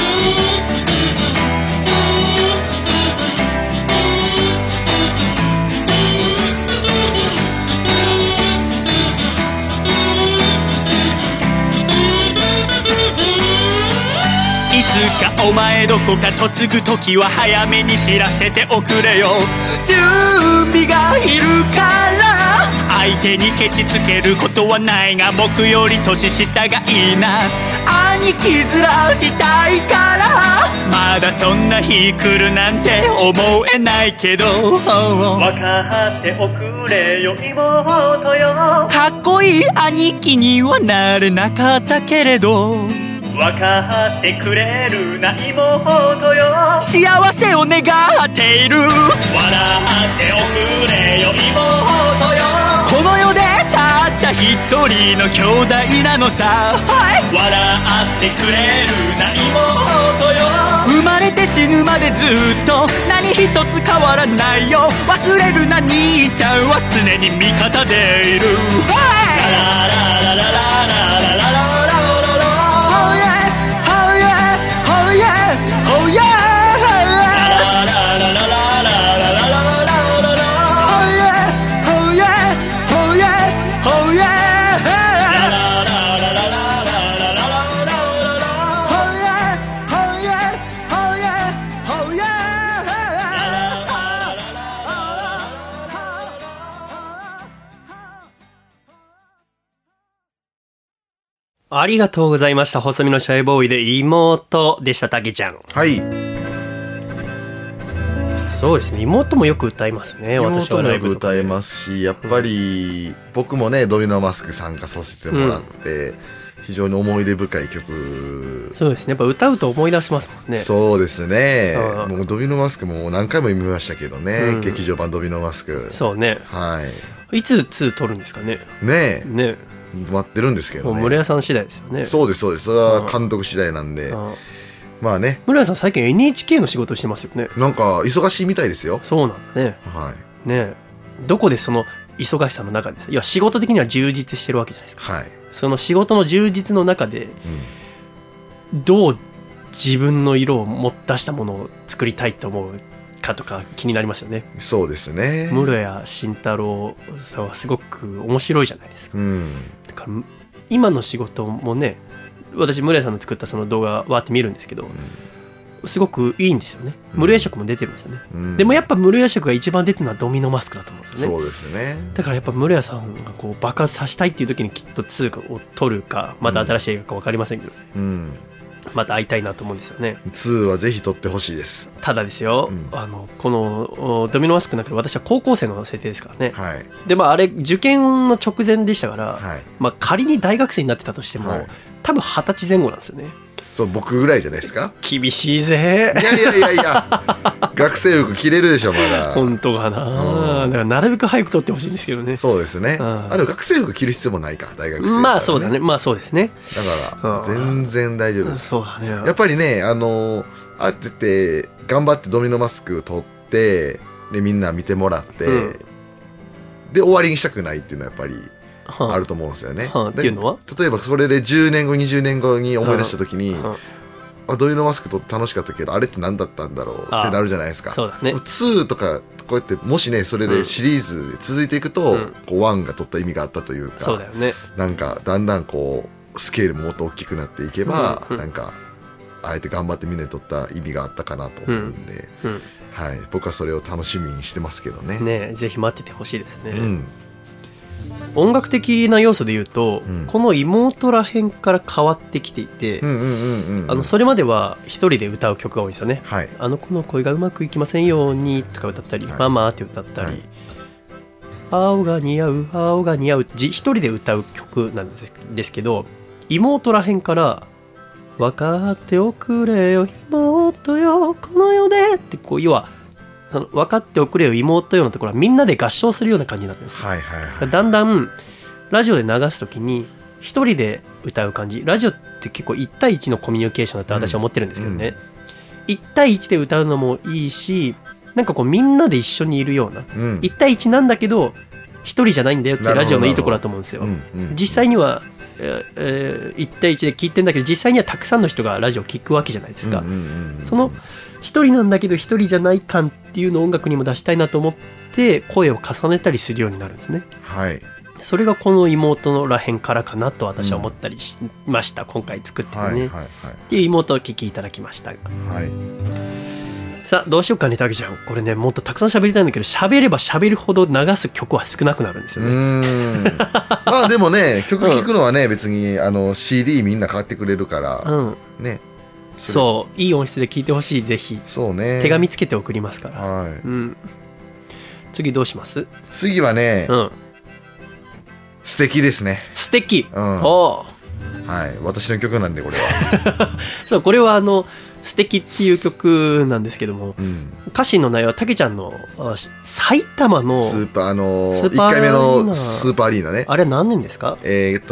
いつかお前どこか嫁ぐときは早めに知らせておくれよ。準備がいるから相手にケチつけることはないが、僕より年下がいいな。兄貴面したいからまだそんな日来るなんて思えないけど、分かっておくれよ妹よ、かっこいい兄貴にはなれなかったけれど分かってくれるな妹よ、幸せを願っている。笑っておくれよ妹よ、この世でたった一人の兄弟なのさ。はい、笑ってくれるな妹よ、生まれて死ぬまでずっと何一つ変わらないよ。忘れるな兄ちゃんは常に味方でいる。はい、ララララララララララありがとうございました。細身のシャイボーイで妹でした。たけちゃん。 はい。 そうですね、妹もよく歌いますね。私は妹もよく歌いますし、やっぱり僕もねドミノマスク参加させてもらって、非常に思い出深い曲。 そうですね、やっぱ歌うと思い出しますもんね。 そうですね、もうドミノマスクも何回も見ましたけどね、劇場版ドミノマスク。 そうね、 はい。 いつ2撮るんですかね。 ねえねえ、 待ってるんですけどね。 もう村屋さん次第ですよね。 そうですそうです、それは監督次第なんで、まあね。 村屋さん最近 NHK の仕事してますよね。 なんか忙しいみたいですよ。 そうなんだね。 はい。 ね、どこでその忙しさの中で、いや仕事的には充実してるわけじゃないですか。 はい。 その仕事の充実の中で、どう自分の色を持ったしたものを作りたいと思うかとか気になりますよね。 そうですね。 室谷慎太郎さんはすごく面白いじゃないですか。だから今の仕事もね、私室谷さんの作ったその動画わーって見るんですけど、すごくいいんですよね。室谷色も出てるんですよね。でもやっぱ室谷色が一番出てるのはドミノマスクだと思うんですよね。 そうですね。 だからやっぱ室谷さんがこう爆発させたいっていう時にきっと2を撮るか、また新しい映画か分かりませんけど、また会いたいなと思うんですよね。 2はぜひ撮ってほしいです。 ただですよ、このドミノマスクの中で私は高校生の設定ですからね。であれ受験の直前でしたから、仮に大学生になってたとしても、多分20歳前後なんですよね。 そう、僕ぐらいじゃないですか。 厳しいぜ。 いや学生服着れるでしょまだ。 本当かな。 だからなるべく早く取ってほしいんですけどね。 そうですね。でも学生服着る必要もないか、大学生、ね。 まあそうだね。まあそうですね。 だから全然大丈夫です。 そうだね。 やっぱりね、あえて頑張ってドミノマスク取ってでみんな見てもらって、で終わりにしたくないっていうのはやっぱりあると思うんですよね。 っていうのは、 例えばそれで10年後20年後に思い出した時に、ドミノマスクと楽しかったけどあれって何だったんだろうってなるじゃないですか。 そうだね。 2とかこうやってもしねそれでシリーズで続いていくと、こう1が取った意味があったというか、 そうだよね。なんかだんだんこうスケールももっと大きくなっていけば、なんかあえて頑張ってみんなに取った意味があったかなと思うんで、はい、僕はそれを楽しみにしてますけどね。 ね、ぜひ待っててほしいですね。音楽的な要素で言うと、この妹らへんから変わってきていて、それまでは一人で歌う曲が多いんですよね。 はい、 あの子の声がうまくいきませんようにとか歌ったり、ママって歌ったり、青が似合う青が似合う一人で歌う曲なんですけど、妹らへんから分かっておくれよ妹よこの世でってこう、要はその分かっておくれよ妹よのところはみんなで合唱するような感じになってるんですよ。だんだんラジオで流すときに一人で歌う感じ。ラジオって結構1対1のコミュニケーションだと私は思ってるんですけどね、1対1で歌うのもいいし、なんかこうみんなで一緒にいるような、1対1なんだけど一人じゃないんだよってラジオのいいところだと思うんですよ。実際には1対1で聞いてんだけど、実際にはたくさんの人がラジオを聞くわけじゃないですか。その一人なんだけど一人じゃない感っていうのを音楽にも出したいなと思って声を重ねたりするようになるんですね。 はい、 それがこの妹のらへんからかなと私は思ったりしました、今回作ってね、っていう妹をお聴きいただきましたが、さあどうしようかね、たけちゃん。これね、もっとたくさん喋りたいんだけど、喋れば喋るほど流す曲は少なくなるんですよね。 まあでもね、曲聴くのはね、別にCD みんな買ってくれるから、ね、 そういい音質で聴いてほしい。ぜひそうね、 手紙つけて送りますから。次どうします？ 次はね、素敵ですね。 素敵。 はい、私の曲なんでこれはそう、これは素敵っていう曲なんですけども、歌詞の内容はたけちゃんの埼玉のスーパー1回目のスーパーアリーナね。 あれは何年ですか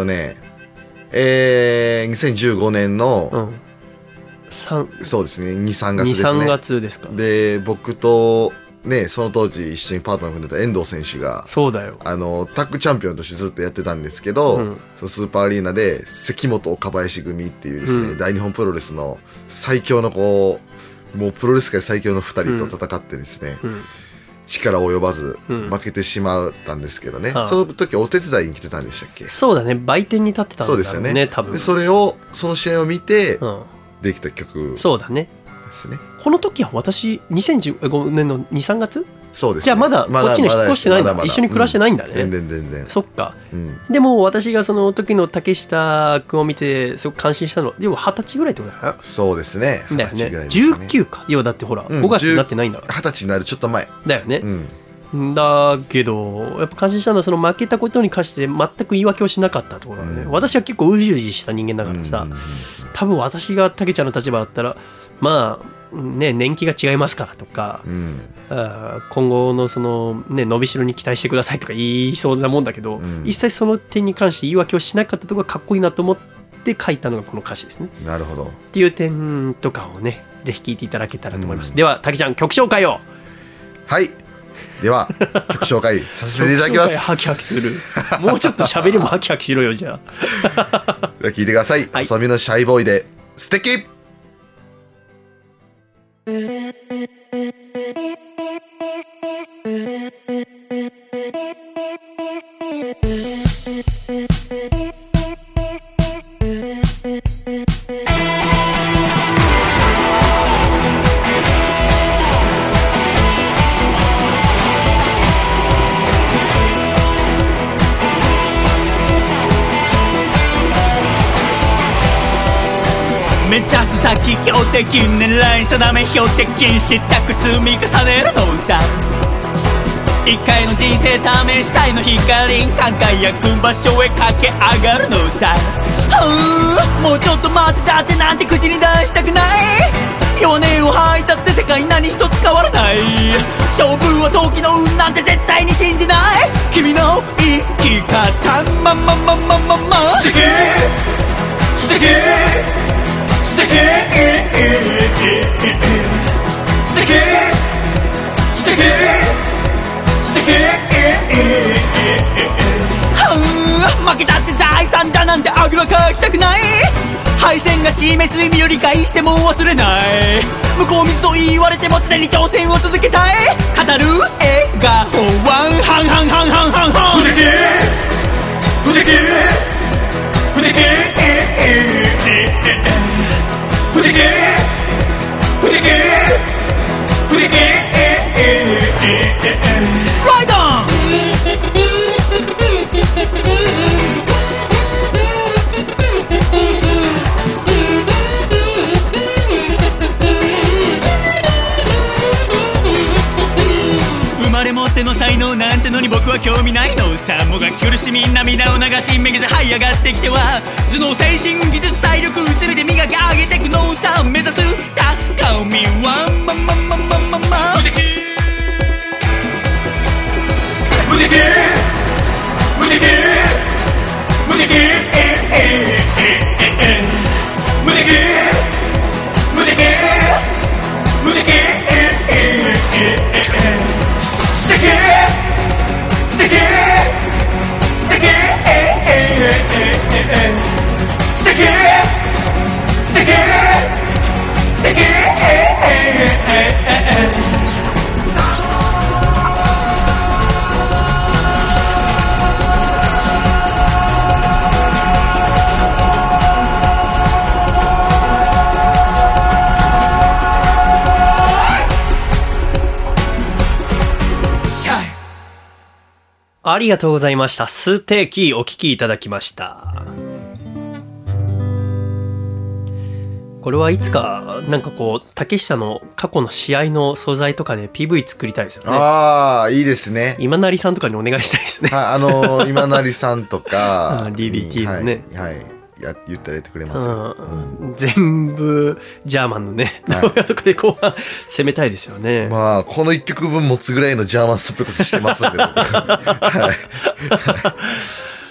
？2015年の、そうですね、2、3月ですね。 2、3月ですか。 で、僕とね、その当時一緒にパートナー組んでた遠藤選手が、 そうだよ、 タッグチャンピオンとしてずっとやってたんですけど、そのスーパーアリーナで関本岡林組っていうですね、大日本プロレスの最強のもうプロレス界最強の2人と戦ってですね、力及ばず負けてしまったんですけどね、その時お手伝いに来てたんでしたっけ？ そうだね、売店に立ってたんだろうね。そうですよね、多分。 でその試合を見て、できた曲。 そうだね。この時は私2015年の2、3月？ そうですね。 じゃあまだこっちに引っ越してないんだ。一緒に暮らしてないんだね。 全然。 そっか。でも私がその時の竹下君を見てすごく感心したのは、要は20歳ぐらいってことだよね。 そうですね。 だよね。19か。要はだってほら5月になってないんだから。 20歳になるちょっと前だよね。だけどやっぱ感心したのは、その負けたことに関して全く言い訳をしなかったところだね。私は結構うじうじした人間だからさ、多分私が竹ちゃんの立場だったら、まあね、年季が違いますからとか、今後のその、ね、伸びしろに期待してくださいとか言いそうなもんだけど、一切その点に関して言い訳をしなかったところがかっこいいなと思って書いたのがこの歌詞ですね。 なるほど。 っていう点とかをね、ぜひ聴いていただけたらと思います。では竹ちゃん、曲紹介を。 はい、では曲紹介させていただきます。 ハキハキする。もうちょっと喋りもハキハキしろよ。じゃあでは聴いてください。遊びのシャイボーイで素敵。 目指す先強敵狙い定め標的したく積み重ねるのさ。一回の人生試したいの光輝く場所へ駆け上がるのさ。もうちょっと待って、だってなんて口に出したくない。弱音を吐いたって世界何一つ変わらない。勝負は時の運なんて絶対に負けたって財産だなんてあぐらかきたくない。敗戦が示す意味を理解しても忘れない。向こう水と言われても常に挑戦を続けたい。語る笑顔はハンハンハンハンハンハン。ふでけふでけふでけふでけふでけふでけライドン。生まれ持っての才能なんてのに僕は興味ないのさ。もがき苦しみ涙を流しめげず這い上がってきては頭脳精神技術体力全て磨き上げてくのさ。目指す高みはまままままま無敵無敵無敵無敵無敵無敵無敵素敵素敵素敵素敵素敵素敵ありがとうございました。ステーキお聞きいただきました。これはいつかなんかこう竹下の過去の試合の素材とかで PV 作りたいですよね。 ああいいですね。 今成さんとかにお願いしたいですね。 今成さんとか DDT のね、 はい、言ったらやってくれますよ、 全部ジャーマンのね名古屋とかで後半攻めたいですよね。 まあこの1曲分持つぐらいのジャーマンスプレックスしてますんで、はい、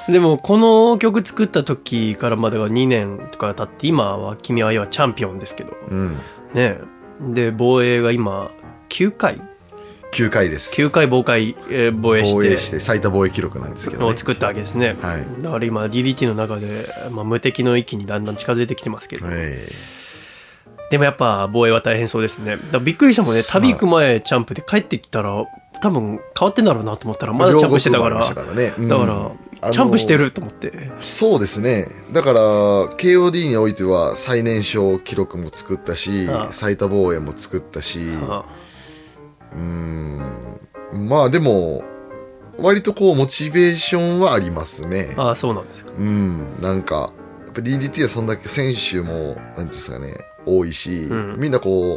でもこの曲作った時からまだ2年とか経って今は君はチャンピオンですけど、ね、で防衛が今9回です9回防衛して最多防衛記録なんですけど、ね、 を作ったわけですね、はい、だから今 DDT の中で、無敵の域にだんだん近づいてきてますけど、でもやっぱ防衛は大変そうですね。だからびっくりしたもんね。旅行く前チャンプで帰ってきたら多分変わってんだろうなと思ったらまだチャンプしてたから、だからチャンプしてると思って。そうですね。だから KOD においては最年少記録も作ったし、最多防衛も作ったし、まあでも割とこうモチベーションはありますね。 ああそうなんですか。 なんかやっぱ DDT はそんだけ選手もなんですかね多いし、みんなこ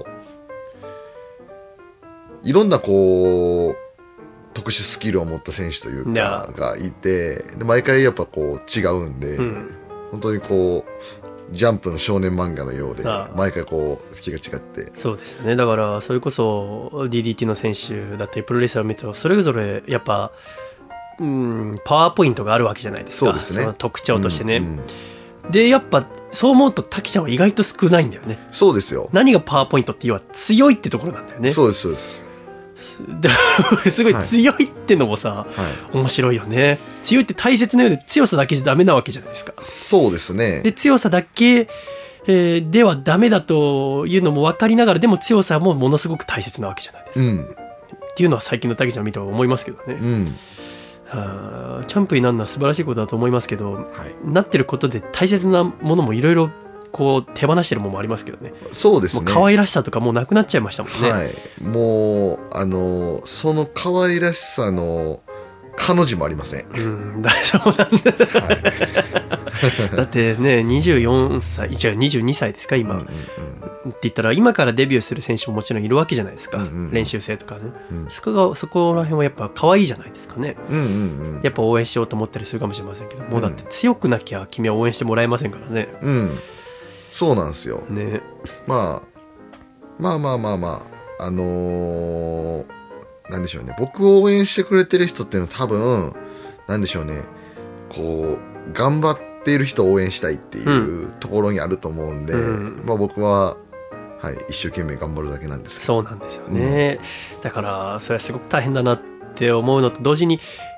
ういろんなこう特殊スキルを持った選手というかがいて、で毎回やっぱこう違うんで、本当にこうジャンプの少年漫画のようで毎回こう気が違って。 そうですよね。だからそれこそ DDT の選手だったりプロレスラーを見てもそれぞれやっぱパワーポイントがあるわけじゃないですか。 そうですね。 その特徴としてね、でやっぱそう思うと滝ちゃんは意外と少ないんだよね。 そうですよ。 何がパワーポイントっていうのは強いってところなんだよね。 そうですそうです。 すごい強いってのもさ、面白いよね。強いって大切なようで強さだけじゃダメなわけじゃないですか。 そうですね。 で強さだけ、ではダメだというのも分かりながらでも強さもものすごく大切なわけじゃないですか、っていうのは最近の滝ちゃん見て思いますけどね、チャンプになるのは素晴らしいことだと思いますけど、なってることで大切なものもいろいろこう手放してるものもありますけどね。 そうですね。 もう可愛らしさとかもうなくなっちゃいましたもんね。 はい、もうその可愛らしさの彼女もありません。 大丈夫なんだ、だってね24歳じゃあ22歳ですか今、って言ったら今からデビューする選手ももちろんいるわけじゃないですか、練習生とかね、そこら辺はやっぱ可愛いじゃないですかね、やっぱ応援しようと思ったりするかもしれませんけど、もうだって強くなきゃ君は応援してもらえませんからね。 そうなんですよ、ね、まあなんでしょうね、僕を応援してくれてる人っていうのは多分なんでしょうね、こう頑張っている人を応援したいっていうところにあると思うんで、僕は、一生懸命頑張るだけなんですけど。 そうなんですよね、だからそれはすごく大変だなって思うのと同時に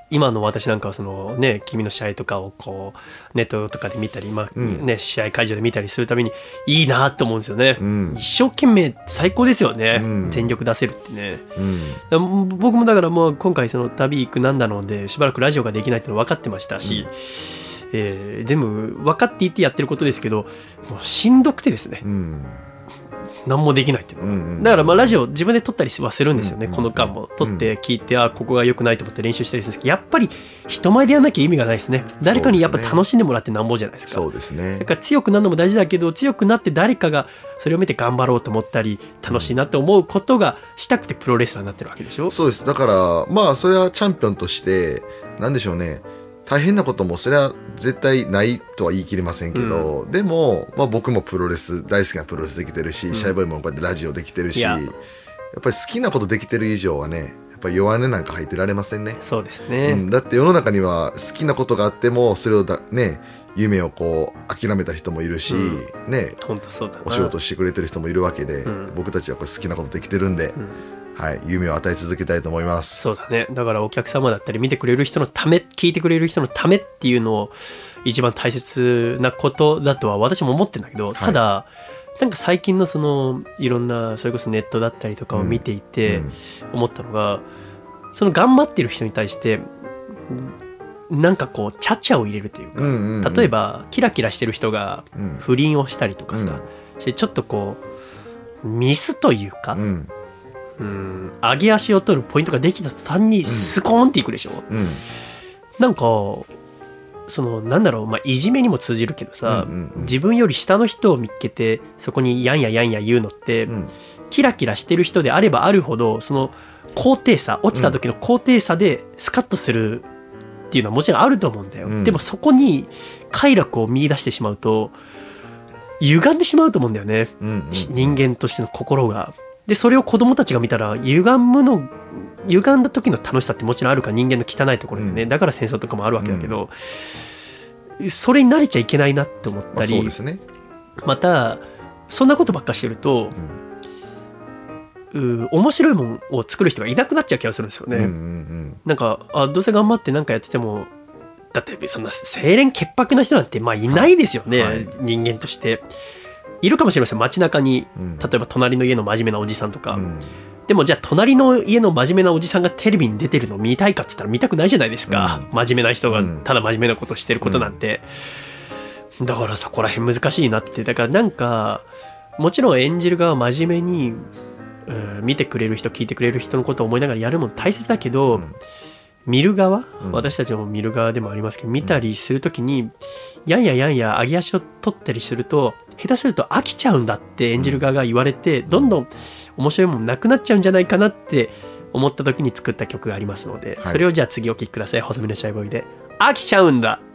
今の私なんかはそのね、君の試合とかをこうネットとかで見たり、まあね、試合会場で見たりするためにいいなと思うんですよね、一生懸命最高ですよね、全力出せるってね、僕もだからもう今回その旅行くなんだのでしばらくラジオができないっての分かってましたし、全部分かっていてやってることですけど、もうしんどくてですね、何もできないっていうのは、だからまあラジオ自分で撮ったりはするんですよね、この間も撮って聞いて、ここが良くないと思って練習したりするんですけど、やっぱり人前でやんなきゃ意味がないですね。誰かにやっぱ楽しんでもらってなんぼじゃないですか。 そうですね。 だから強くなるのも大事だけど、強くなって誰かがそれを見て頑張ろうと思ったり楽しいなって思うことがしたくてプロレスラーになってるわけでしょ。 そうです。だからまあそれはチャンピオンとしてなんでしょうね、大変なこともそれは絶対ないとは言い切れませんけど、でも、まあ、僕もプロレス大好きなプロレスできてるし、シャイボーイもこうやってラジオできてるし、やっぱり好きなことできてる以上はね、やっぱり弱音なんか吐いてられませんね。 そうですね、 だって世の中には好きなことがあってもそれをね、夢をこう諦めた人もいるし、ね、 本当そうだな、 お仕事してくれてる人もいるわけで、僕たちはやっぱ好きなことできてるんで、はい、夢を与え続けたいと思います。 そうだね。だからお客様だったり見てくれる人のため、聞いてくれる人のためっていうのを一番大切なことだとは私も思ってるんだけど、ただなんか最近のそのいろんなそれこそネットだったりとかを見ていて思ったのが、その頑張ってる人に対してなんかこうチャチャを入れるというか、例えばキラキラしてる人が不倫をしたりとかさ、してちょっとこうミスというか、上げ足を取るポイントができた途端にスコーンっていくでしょ、なんかそのなんだろう、まあ、いじめにも通じるけどさ、自分より下の人を見っけてそこにやんややんや言うのって、キラキラしてる人であればあるほどその高低差、落ちた時の高低差でスカッとするっていうのはもちろんあると思うんだよ、でもそこに快楽を見出してしまうと歪んでしまうと思うんだよね、人間としての心が。でそれを子供たちが見たら歪んだ時の楽しさってもちろんあるから、人間の汚いところでね、だから戦争とかもあるわけだけど、それに慣れちゃいけないなって思ったり、 そうですね、 またそんなことばっかしてると、面白いものを作る人がいなくなっちゃう気がするんですよね、なんかどうせ頑張ってなんかやってても、だってそんな清廉潔白な人なんてまあいないですよね、人間としているかもしれません。街中に例えば隣の家の真面目なおじさんとか、でもじゃあ隣の家の真面目なおじさんがテレビに出てるのを見たいかって言ったら見たくないじゃないですか、真面目な人がただ真面目なことをしてることなんて、だからそこら辺難しいなって。だからなんかもちろん演じる側は真面目に、見てくれる人聞いてくれる人のことを思いながらやるも大切だけど、見る側、私たちも見る側でもありますけど、見たりするときにやんややんや上げ足を取ったりすると、下手すると飽きちゃうんだって演じる側が言われて、どんどん面白いものなくなっちゃうんじゃないかなって思った時に作った曲がありますので、それをじゃあ次お聴きください。細身のシャイボーイで飽きちゃうんだ。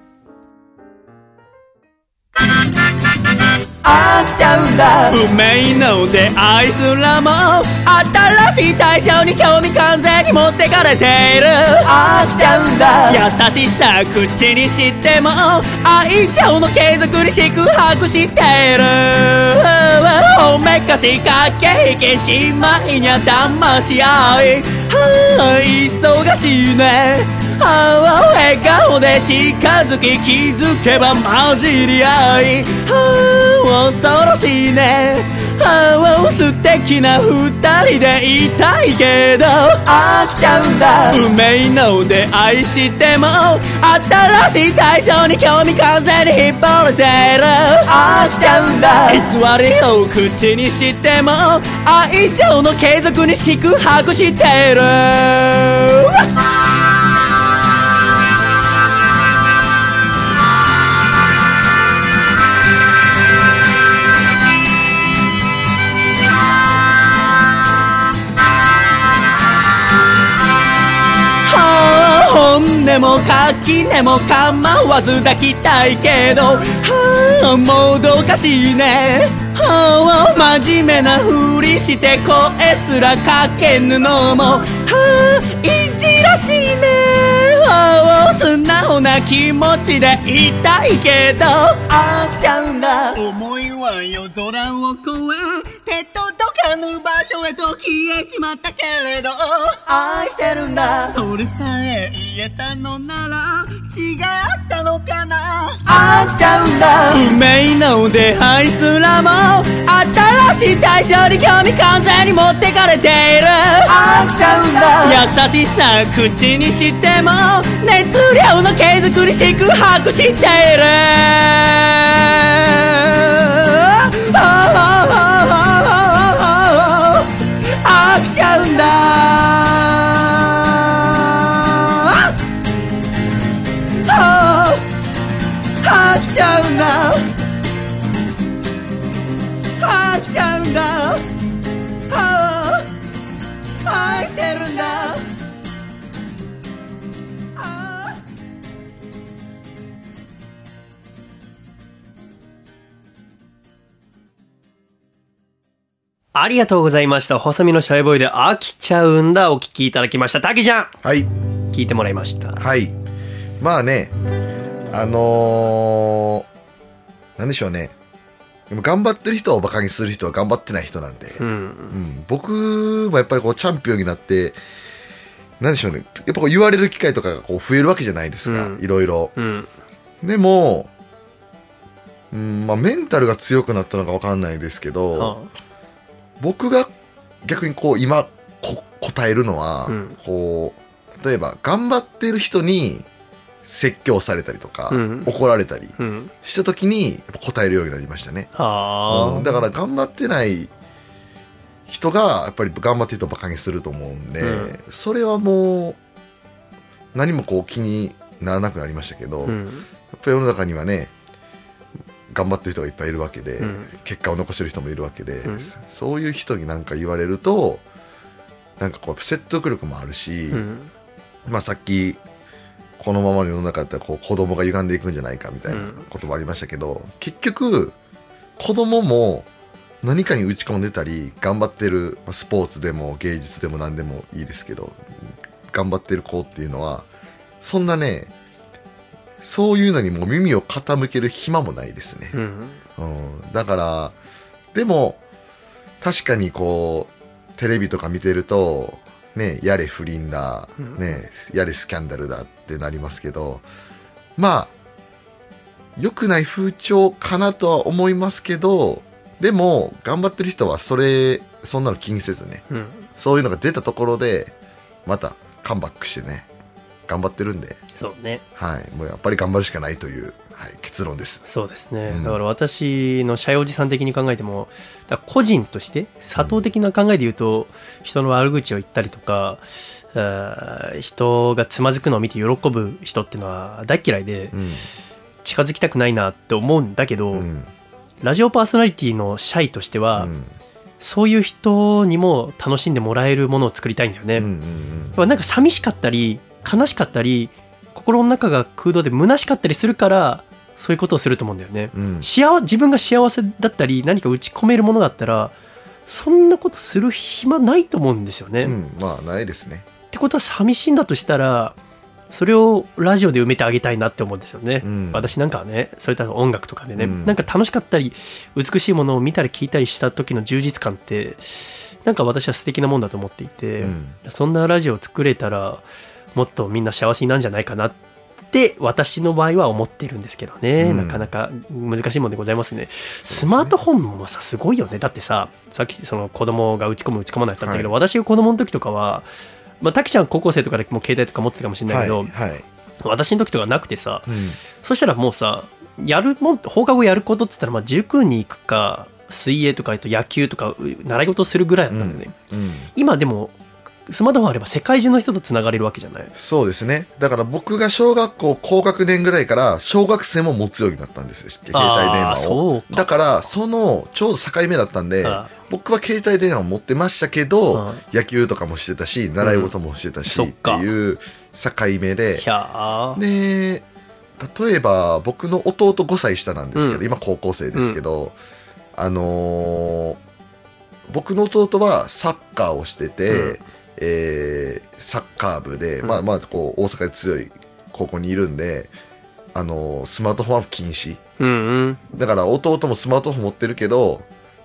飽きちゃうんだ。運命の出会いすらも新しい対象に興味完全に持ってかれている。飽きちゃうんだ。優しさ口にしても愛情の継続に四苦八苦している。おめかし駆け引きしまいにゃ騙し合い、忙しいね。笑顔で近づき気づけば混じり合い、恐ろしいね。素敵な二人でいたいけど飽きちゃうんだ。運命の出会いしても新しい対象に興味完全に引っ張られている。飽きちゃうんだ。偽りを口にしても愛情の継続に四苦八苦している。本音も垣根も構わず抱きたいけど、もどかしいね。真面目なふりして声すらかけぬのもいじらしいね。素直な気持ちでいたいけど飽きちゃうんだ。思いは夜空を越え手届かぬ場所へと消えちまったけれど愛してるんだそれさえ言えたのなら違ったのかな飽きちゃうんだ運命の出会いすらも新しい対象に興味完全に持ってかれている飽きちゃうんだ優しさ口にしても熱量の毛づくり宿泊している飽きちゃうんだ飽きちゃうんだ飽きちゃうんだ愛してるんだありがとうございました。細身のシャイボーイで飽きちゃうんだお聞きいただきました。たけちゃん、 はい、 聞いてもらいました。 はい。まあね、なんでしょうね。でも頑張ってる人をバカにする人は頑張ってない人なんで、僕もやっぱりこうチャンピオンになって、なんでしょうね。やっぱこう言われる機会とかがこう増えるわけじゃないですか。いろいろ。でも、まあメンタルが強くなったのかわかんないですけど、僕が逆にこう今答えるのは、こう例えば頑張ってる人に説教されたりとか、怒られたりした時にやっぱ答えるようになりましたね。だから頑張ってない人がやっぱり頑張ってる人をバカにすると思うんで、それはもう何もこう気にならなくなりましたけど、やっぱ世の中にはね頑張ってる人がいっぱいいるわけで、結果を残してる人もいるわけで、そういう人に何か言われるとなんかこう説得力もあるし、まあさっきこのままの世の中だったらこう子供が歪んでいくんじゃないかみたいなこともありましたけど、結局子供も何かに打ち込んでたり頑張ってる、スポーツでも芸術でも何でもいいですけど頑張ってる子っていうのはそんなねそういうのにもう耳を傾ける暇もないですね、だからでも確かにこうテレビとか見てるとねやれ不倫だ、ねやれスキャンダルだってなりますけど、まあ良くない風潮かなとは思いますけど、でも頑張ってる人はそんなの気にせずね、そういうのが出たところでまたカムバックしてね頑張ってるんで、 そうね、 はい、もうやっぱり頑張るしかないという、はい、結論です。 そうですね、だから私のシャイおじさん的に考えてもだ個人として佐藤的な考えで言うと、人の悪口を言ったりとか人がつまずくのを見て喜ぶ人っていうのは大嫌いで、近づきたくないなって思うんだけど、ラジオパーソナリティのシャイとしては、そういう人にも楽しんでもらえるものを作りたいんだよね、なんか寂しかったり悲しかったり心の中が空洞で虚しかったりするからそういうことをすると思うんだよね、自分が幸せだったり何か打ち込めるものだったらそんなことする暇ないと思うんですよね、 まあないですね。 ってことは寂しいんだとしたらそれをラジオで埋めてあげたいなって思うんですよね、私なんかはねそれと音楽とかでね、なんか楽しかったり美しいものを見たり聞いたりした時の充実感ってなんか私は素敵なもんだと思っていて、そんなラジオを作れたらもっとみんな幸せになるんじゃないかなって私の場合は思ってるんですけどね、なかなか難しいもんでございますね。スマートフォンもさすごいよね。だってささっきその子供が打ち込まないって言ったんだけど、私が子供の時とかはタキちゃん高校生とかでも携帯とか持ってたかもしれないけど、私の時とかなくてさ、そしたらもうさ放課後やることって言ったら塾に行くか水泳とか野球とか習い事をするぐらいだったんだよね、今でもスマートフォンあれば世界中の人とつながれるわけじゃない。 そうですね。だから僕が小学校高学年ぐらいから小学生も持つようになったんですよ、携帯電話を。だからそのちょうど境目だったんで、僕は携帯電話を持ってましたけど、野球とかもしてたし習い事もしてたし、っていう境目で、で例えば僕の弟5歳下なんですけど、今高校生ですけど、僕の弟はサッカーをしてて、サッカー部で、こう大阪で強い高校にいるんで、スマートフォンは禁止、だから弟もスマートフォン持ってるけど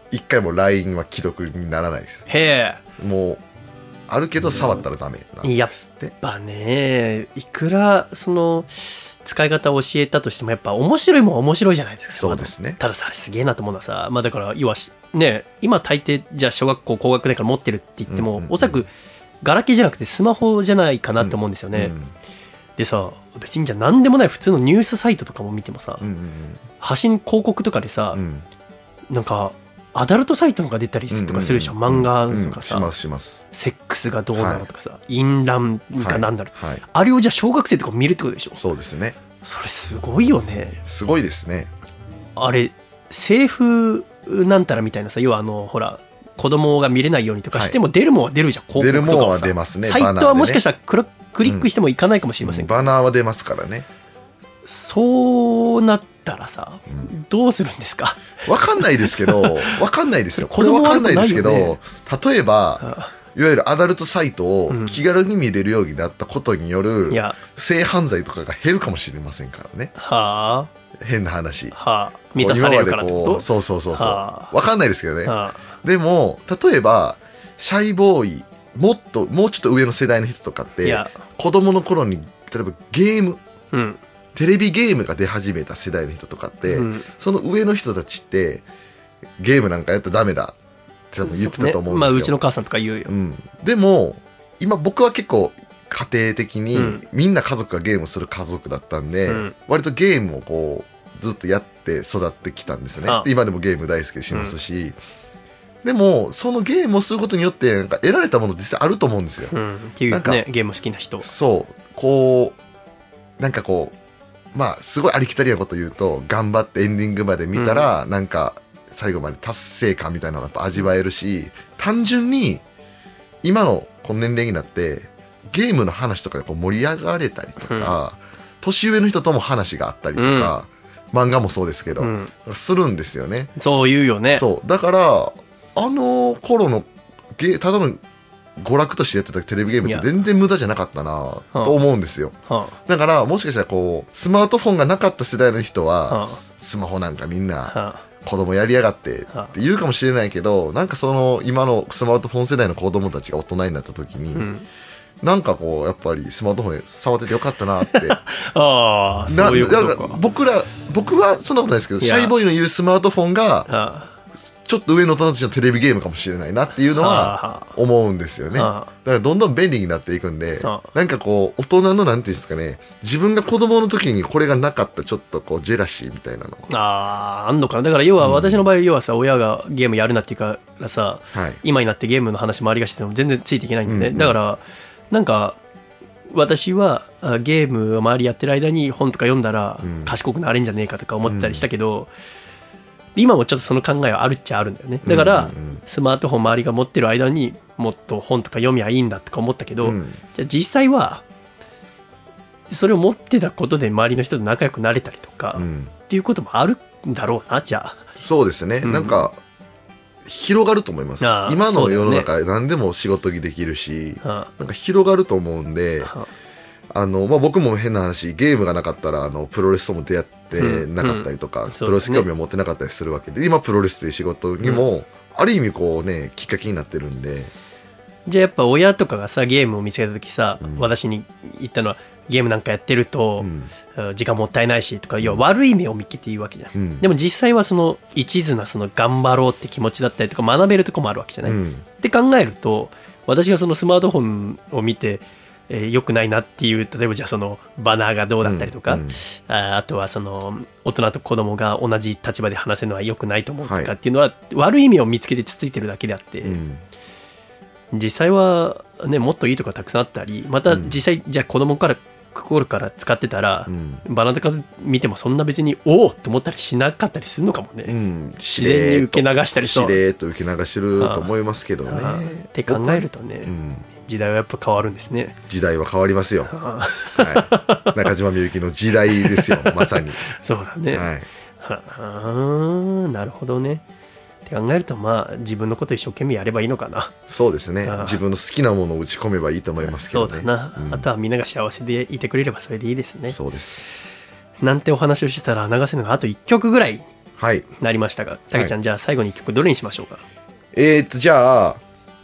一回も LINE は既読にならないです。 へえ。もうあるけど触ったらダメなんですって。 やっぱね、いくらその使い方を教えたとしてもやっぱ面白いもん面白いじゃないですか。 そうですね。 たださ、すげえなと思うのはさ、まあだから要はね、今大抵じゃあ小学校高学年から持ってるって言っても、おそらくガラケーじゃなくてスマホじゃないかなと思うんですよね。でさ、別にじゃ何でもない普通のニュースサイトとかも見てもさ、端に広告とかでさ、なんかアダルトサイトが出たりとかするでしょ、漫画とかさ、 しますセックスがどうなのとかさ、淫乱がなんだろう、あれをじゃあ小学生とか見るってことでしょ。 そうですね。 それすごいよね。 すごいですね。 あれ政府なんたらみたいなさ、要はほら子供が見れないようにとかしても出るもんは出るじゃん、広告とかはさ。 出るもんは出ますね。 サイトはもしかしたらクリックしてもいかないかもしれませんけど、 バナーは出ますからね。 そうなったらさ、どうするんですか。 わかんないですけど、わかんないですよ。これわかんないですけど、例えばいわゆるアダルトサイトを気軽に見れるようになったことによる性犯罪とかが減るかもしれませんからね。 はあ。 変な話。 はあ。満たされるからってこと？ そうそうそうそう。わかんないですけどね。でも例えばシャイボーイ、もうちょっと上の世代の人とかって子供の頃に例えばゲーム、テレビゲームが出始めた世代の人とかって、その上の人たちってゲームなんかやったらダメだって多分言ってたと思うんですよ。 まあうちの母さんとか言うよ。 でも今僕は結構家庭的にみんな家族がゲームする家族だったんで、割とゲームをこうずっとやって育ってきたんですね。今でもゲーム大好きでしますし、でもそのゲームをすることによってなんか得られたもの実際あると思うんですよ。 っていうね、ゲーム好きな人。 そうこうなんかこうまあすごいありきたりなこと言うと、頑張ってエンディングまで見たら、なんか最後まで達成感みたいなのがやっぱ味わえるし、単純に今のこの年齢になってゲームの話とかでこう盛り上がれたりとか、年上の人とも話があったりとか、漫画もそうですけど、するんですよね。 そう言うよね。 そうだから頃のただの娯楽としてやってたテレビゲームって全然無駄じゃなかったなと思うんですよ。だからもしかしたらこうスマートフォンがなかった世代の人は、スマホなんかみんな子供やりやがってって言うかもしれないけど、なんかその今のスマートフォン世代の子供たちが大人になった時に、なんかこうやっぱりスマートフォンで触っててよかったなってああそういうことか。 僕はそんなことないですけど、シャイボーイの言うスマートフォンがちょっと上の大人たちのテレビゲームかもしれないなっていうのは思うんですよね。だからどんどん便利になっていくんで、なんかこう大人のなんていうんですかね、自分が子供の時にこれがなかったちょっとこうジェラシーみたいなのあんのかな。だから要は私の場合、要はさ、親がゲームやるなっていうからさ、今になってゲームの話もありがしても全然ついていけないんでね。だからなんか私はゲームを周りやってる間に本とか読んだら賢くなれんじゃねえかとか思ってたりしたけど、今もちょっとその考えはあるっちゃあるんだよね。だからスマートフォン周りが持ってる間にもっと本とか読みゃいいんだとか思ったけど、じゃあ実際はそれを持ってたことで周りの人と仲良くなれたりとか、っていうこともあるんだろうな。じゃあそうですね、なんか広がると思います。今の世の中何でも仕事にできるし、なんか広がると思うんで、僕も変な話、ゲームがなかったらプロレスとも出会ってなかったりとか、プロレス興味を持ってなかったりするわけで、今プロレスという仕事にもある意味こうねきっかけになってるんで。 じゃあやっぱ親とかがさゲームを見つけた時さ、私に言ったのはゲームなんかやってると、時間もったいないしとか、要は悪い目を見て言うわけじゃん、でも実際はその一途なその頑張ろうって気持ちだったりとか学べるとこもあるわけじゃない、って考えると、私がそのスマートフォンを見て良くないなっていう、例えばじゃあそのバナーがどうだったりとか、あとはその大人と子供が同じ立場で話せるのは良くないと思うとかっていうのは、悪い意味を見つけてつついてるだけであって、実際はねもっといいとこたくさんあったり、また実際じゃあ子供から心から使ってたら、バナーとか見てもそんな別におおと思ったりしなかったりするのかもね、自然に受け流したりしれーっと受け流してると思いますけどね。 って考えるとね、時代はやっぱ変わるんですね。 時代は変わりますよ、中島みゆきの時代ですよまさにそうだね、なるほどね。って考えると、まあ自分のこと一生懸命やればいいのかな。 そうですね、自分の好きなものを打ち込めばいいと思いますけどね。 そうだな、あとはみんなが幸せでいてくれればそれでいいですね。 そうです。 なんてお話をしてたら流せるのがあと1曲ぐらいなりましたが、たけちゃん、じゃあ最後に1曲どれにしましょうか。 じゃあ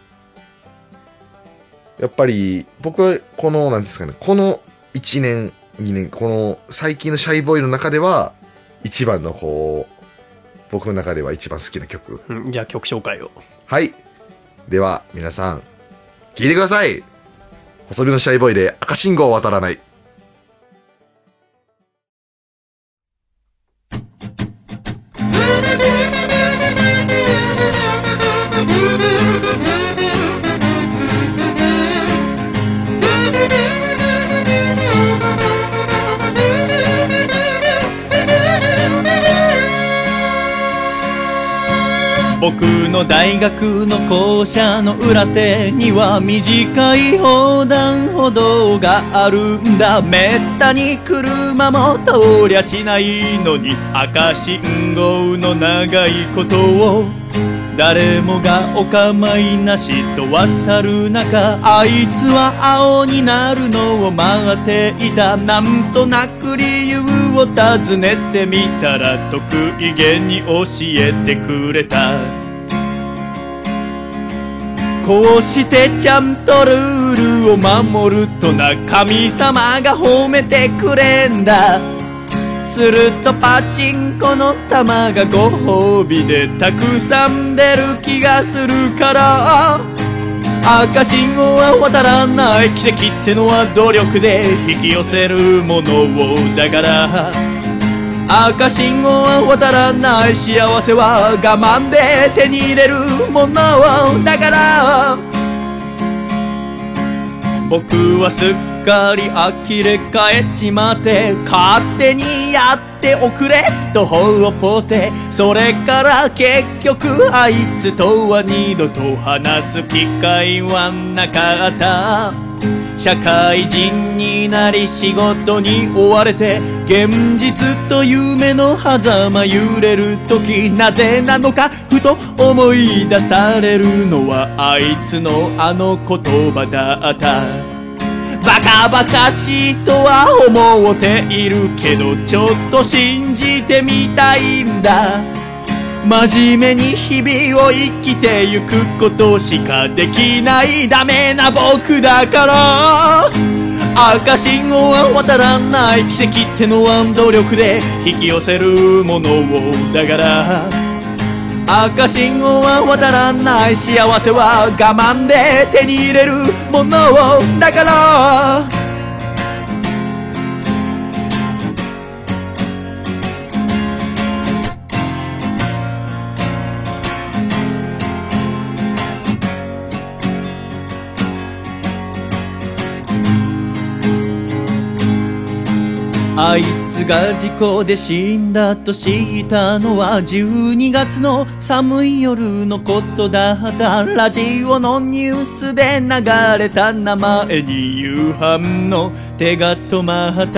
やっぱり僕はこのなんですかね、この1年2年この最近のシャイボーイの中では一番のこう僕の中では一番好きな曲、 じゃあ曲紹介を。 はい、では皆さん聴いてください。細身のシャイボーイで赤信号を渡らない。 僕の大学の校舎の裏手には短い横断歩道があるんだ。めったに車も通りゃしないのに赤信号の長いことを誰もがお構いなしと渡る中、あいつは青になるのを待っていた。なんとなく理由を尋ねてみたら得意げに教えてくれた。こうしてちゃんとルールを守るとな、神様が褒めてくれんだ。するとパチンコの玉がご褒美でたくさん出る気がするから、赤信号は渡らない。奇跡ってのは努力で引き寄せるものをだから、赤信号は渡らない。幸せは我慢で手に入れるものをだから、僕はすっかり呆れ返っちまって、勝手にやっておくれとほっぽって、それから結局あいつとは二度と話す機会はなかった。社会人になり仕事に追われて、現実と夢の狭間揺れる時、なぜなのかふと思い出されるのはあいつのあの言葉だった。バカバカしいとは思っているけど、ちょっと信じてみたいんだ。真面目に日々を生きてゆくことしかできないダメな僕だから、赤信号は渡らない。奇跡ってのは努力で引き寄せるものをだから、赤信号は渡らない。幸せは我慢で手に入れるものをだから、あいつが事故で死んだと知ったのは12月の寒い夜のことだった。ラジオのニュースで流れた名前に夕飯の手が止まった。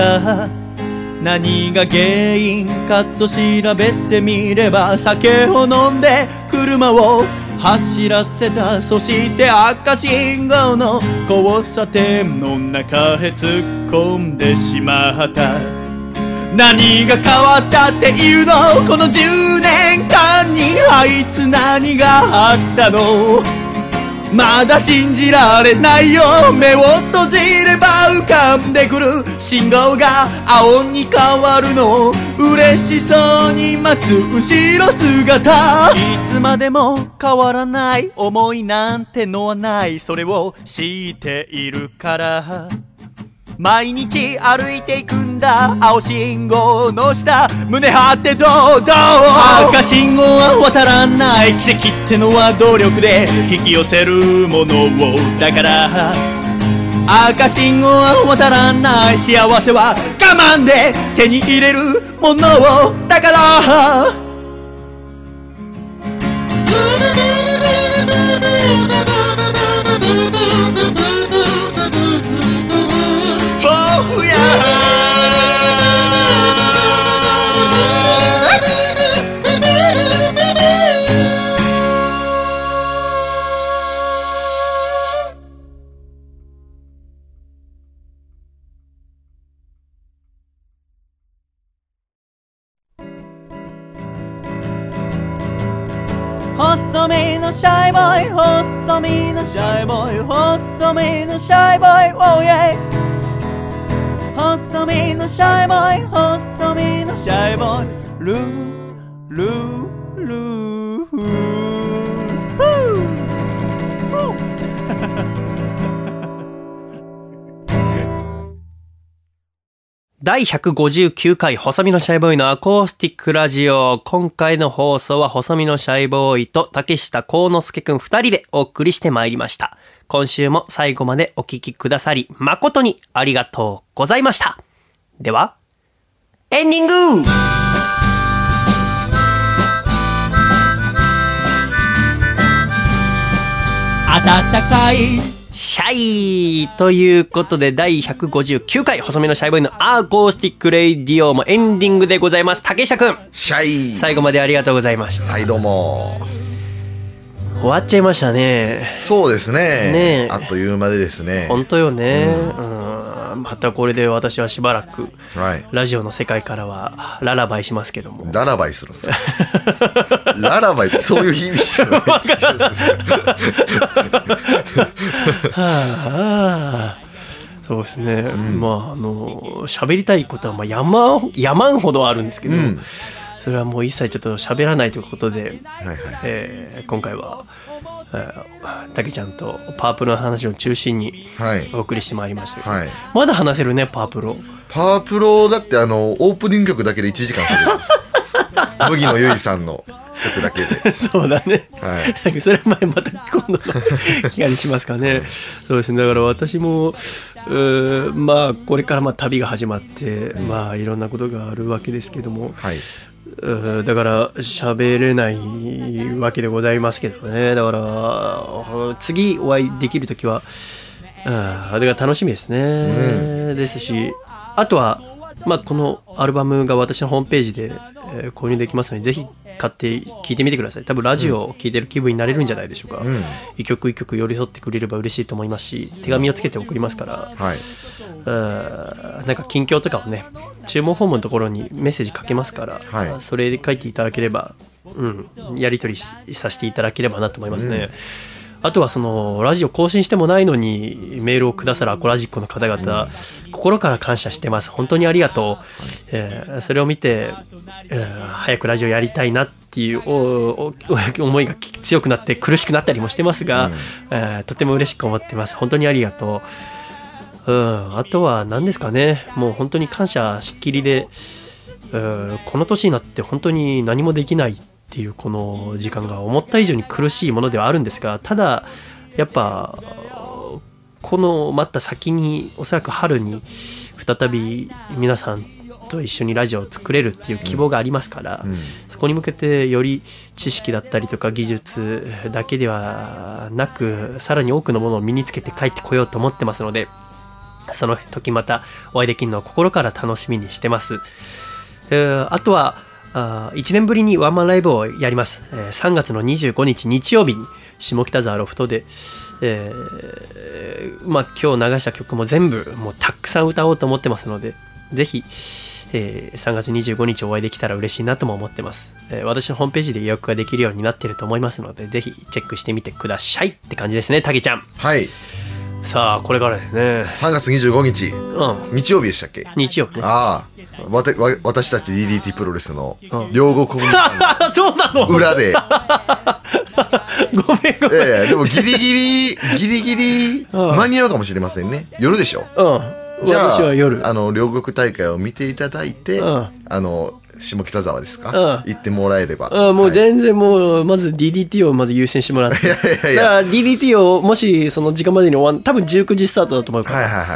何が原因かと調べてみれば、酒を飲んで車を走らせた。そして赤信号の交差点の中へ突っ込んでしまった。何が変わったっていうの、この10年間にあいつ何があったの。まだ信じられないよ。目を閉じれば浮かんでくる信号が青に変わるのを嬉しそうに待つ後ろ姿。いつまでも変わらない思いなんてのはない。それを知っているから毎日歩いていくんだ。青信号の下胸張ってどうどう。赤信号は渡らない。奇跡ってのは努力で引き寄せるものをだから、赤信号は渡らない。幸せは我慢で手に入れるものをだから。Oh yeah! は細身のシャイボーイ細身のシャイボーイ細身のシャイボーイ Oh yeah 細身のシャイボーイ細身のシャイボーイルールールー第159回細身のシャイボーイのアコースティックラジオ。今回の放送は細身のシャイボーイと竹下幸之助くん2人でお送りしてまいりました。今週も最後までお聞きくださり誠にありがとうございました。ではエンディング。 暖かいシャイということで第159回細身のシャイボーイのアコースティックレイディオもエンディングでございます。竹下くんシャイ最後までありがとうございました。 はいどうも。 終わっちゃいましたね。 そうですね。 ねあっという間でですね。 本当よね、またこれで私はしばらくラジオの世界からはララバイしますけども。 ララバイするんですかララバイってそういう意味じゃないそうですね、まあ喋りたいことはまあ山んほどあるんですけど、それはもう一切ちょっと喋らないということで、今回はたけちゃんとパープルの話を中心にお送りしてまいりましたけど、まだ話せるねパープロ。 パープロだってオープニング曲だけで1時間喋るんです麦野由依さんの曲だけでそうだね、それ前また今度気がしますかね。そうですね。だから私もまあこれから旅が始まって、まあいろんなことがあるわけですけども、だから喋れないわけでございますけどね。だから次お会いできるときはあれが楽しみですね、ですし、あとはこのアルバムが私のホームページで購入できますので、ぜひ買って聴いてみてください。多分ラジオを聴いてる気分になれるんじゃないでしょうか、一曲一曲寄り添ってくれれば嬉しいと思いますし、手紙をつけて送りますから、なんか近況とかをね、注文フォームのところにメッセージ書けますから、それで書いていただければ、やり取りさせていただければなと思いますね。あとはそのラジオ更新してもないのにメールをくださるアコラジックの方々、心から感謝してます。本当にありがとう、それを見て、早くラジオやりたいなっていう思いが強くなって苦しくなったりもしてますが、とても嬉しく思ってます。本当にありがとう。あとは何ですかね、もう本当に感謝しっきりで、この年になって本当に何もできないっていうこの時間が思った以上に苦しいものではあるんですが、ただやっぱこの待った先におそらく春に再び皆さんと一緒にラジオを作れるっていう希望がありますから、そこに向けてより知識だったりとか技術だけではなく、さらに多くのものを身につけて帰ってこようと思ってますので、その時またお会いできるのを心から楽しみにしてます。あとは1年ぶりにワンマンライブをやります。3月の25日日曜日に下北沢ロフトで、今日流した曲も全部もうたくさん歌おうと思ってますので、ぜひ、3月25日お会いできたら嬉しいなとも思ってます。私のホームページで予約ができるようになってると思いますので、ぜひチェックしてみてくださいって感じですね。たけちゃん。さあこれからですね。 3月25日、日曜日でしたっけ？ 日曜日ね。 私たち DDT プロレスの両国国技館そうなの裏でごめんでもギリギリ間に合うかもしれませんね。夜でしょ。じゃあ私は夜両国大会を見ていただいて、下北沢ですか、行ってもらえれば、 もう全然もうまず DDT をまず優先してもらって、だから DDT をもしその時間までに終わん、多分19時スタートだと思うから、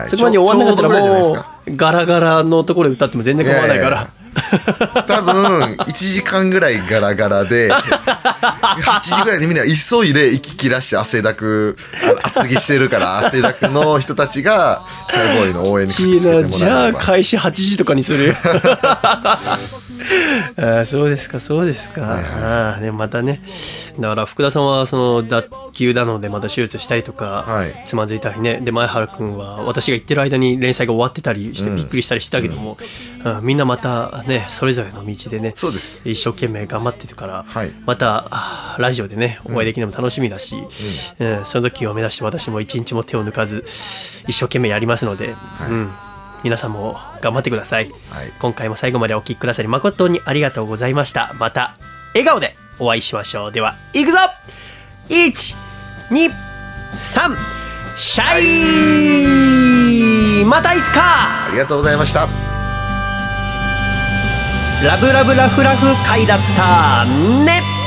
そこまで終わんなかったらもうガラガラのところで歌っても全然構わないから、 多分1時間ぐらいガラガラで8時ぐらいでみんな急いで息切らして汗だく厚着してるから汗だくの人たちがシャイボーイの応援に駆けつけてもらえれば。 じゃあ開始8時とかにするよそうですかそうですか、でまたね、だから福田さんはその脱臼なのでまた手術したりとか、つまずいたりね、で前原くんは私が言ってる間に連載が終わってたりしてびっくりしたりしたけども、みんなまたね、それぞれの道でね、 そうです。 一生懸命頑張ってるから、 はい、 またラジオでねお会いできるのも楽しみだし、その時を目指して私も一日も手を抜かず一生懸命やりますので、皆さんも頑張ってください、今回も最後までお聞きくださり誠にありがとうございました。また笑顔でお会いしましょう。では行くぞ。1、2、3、シャイ。またいつか。 ありがとうございました。 ラブラブラフラフ会だったね。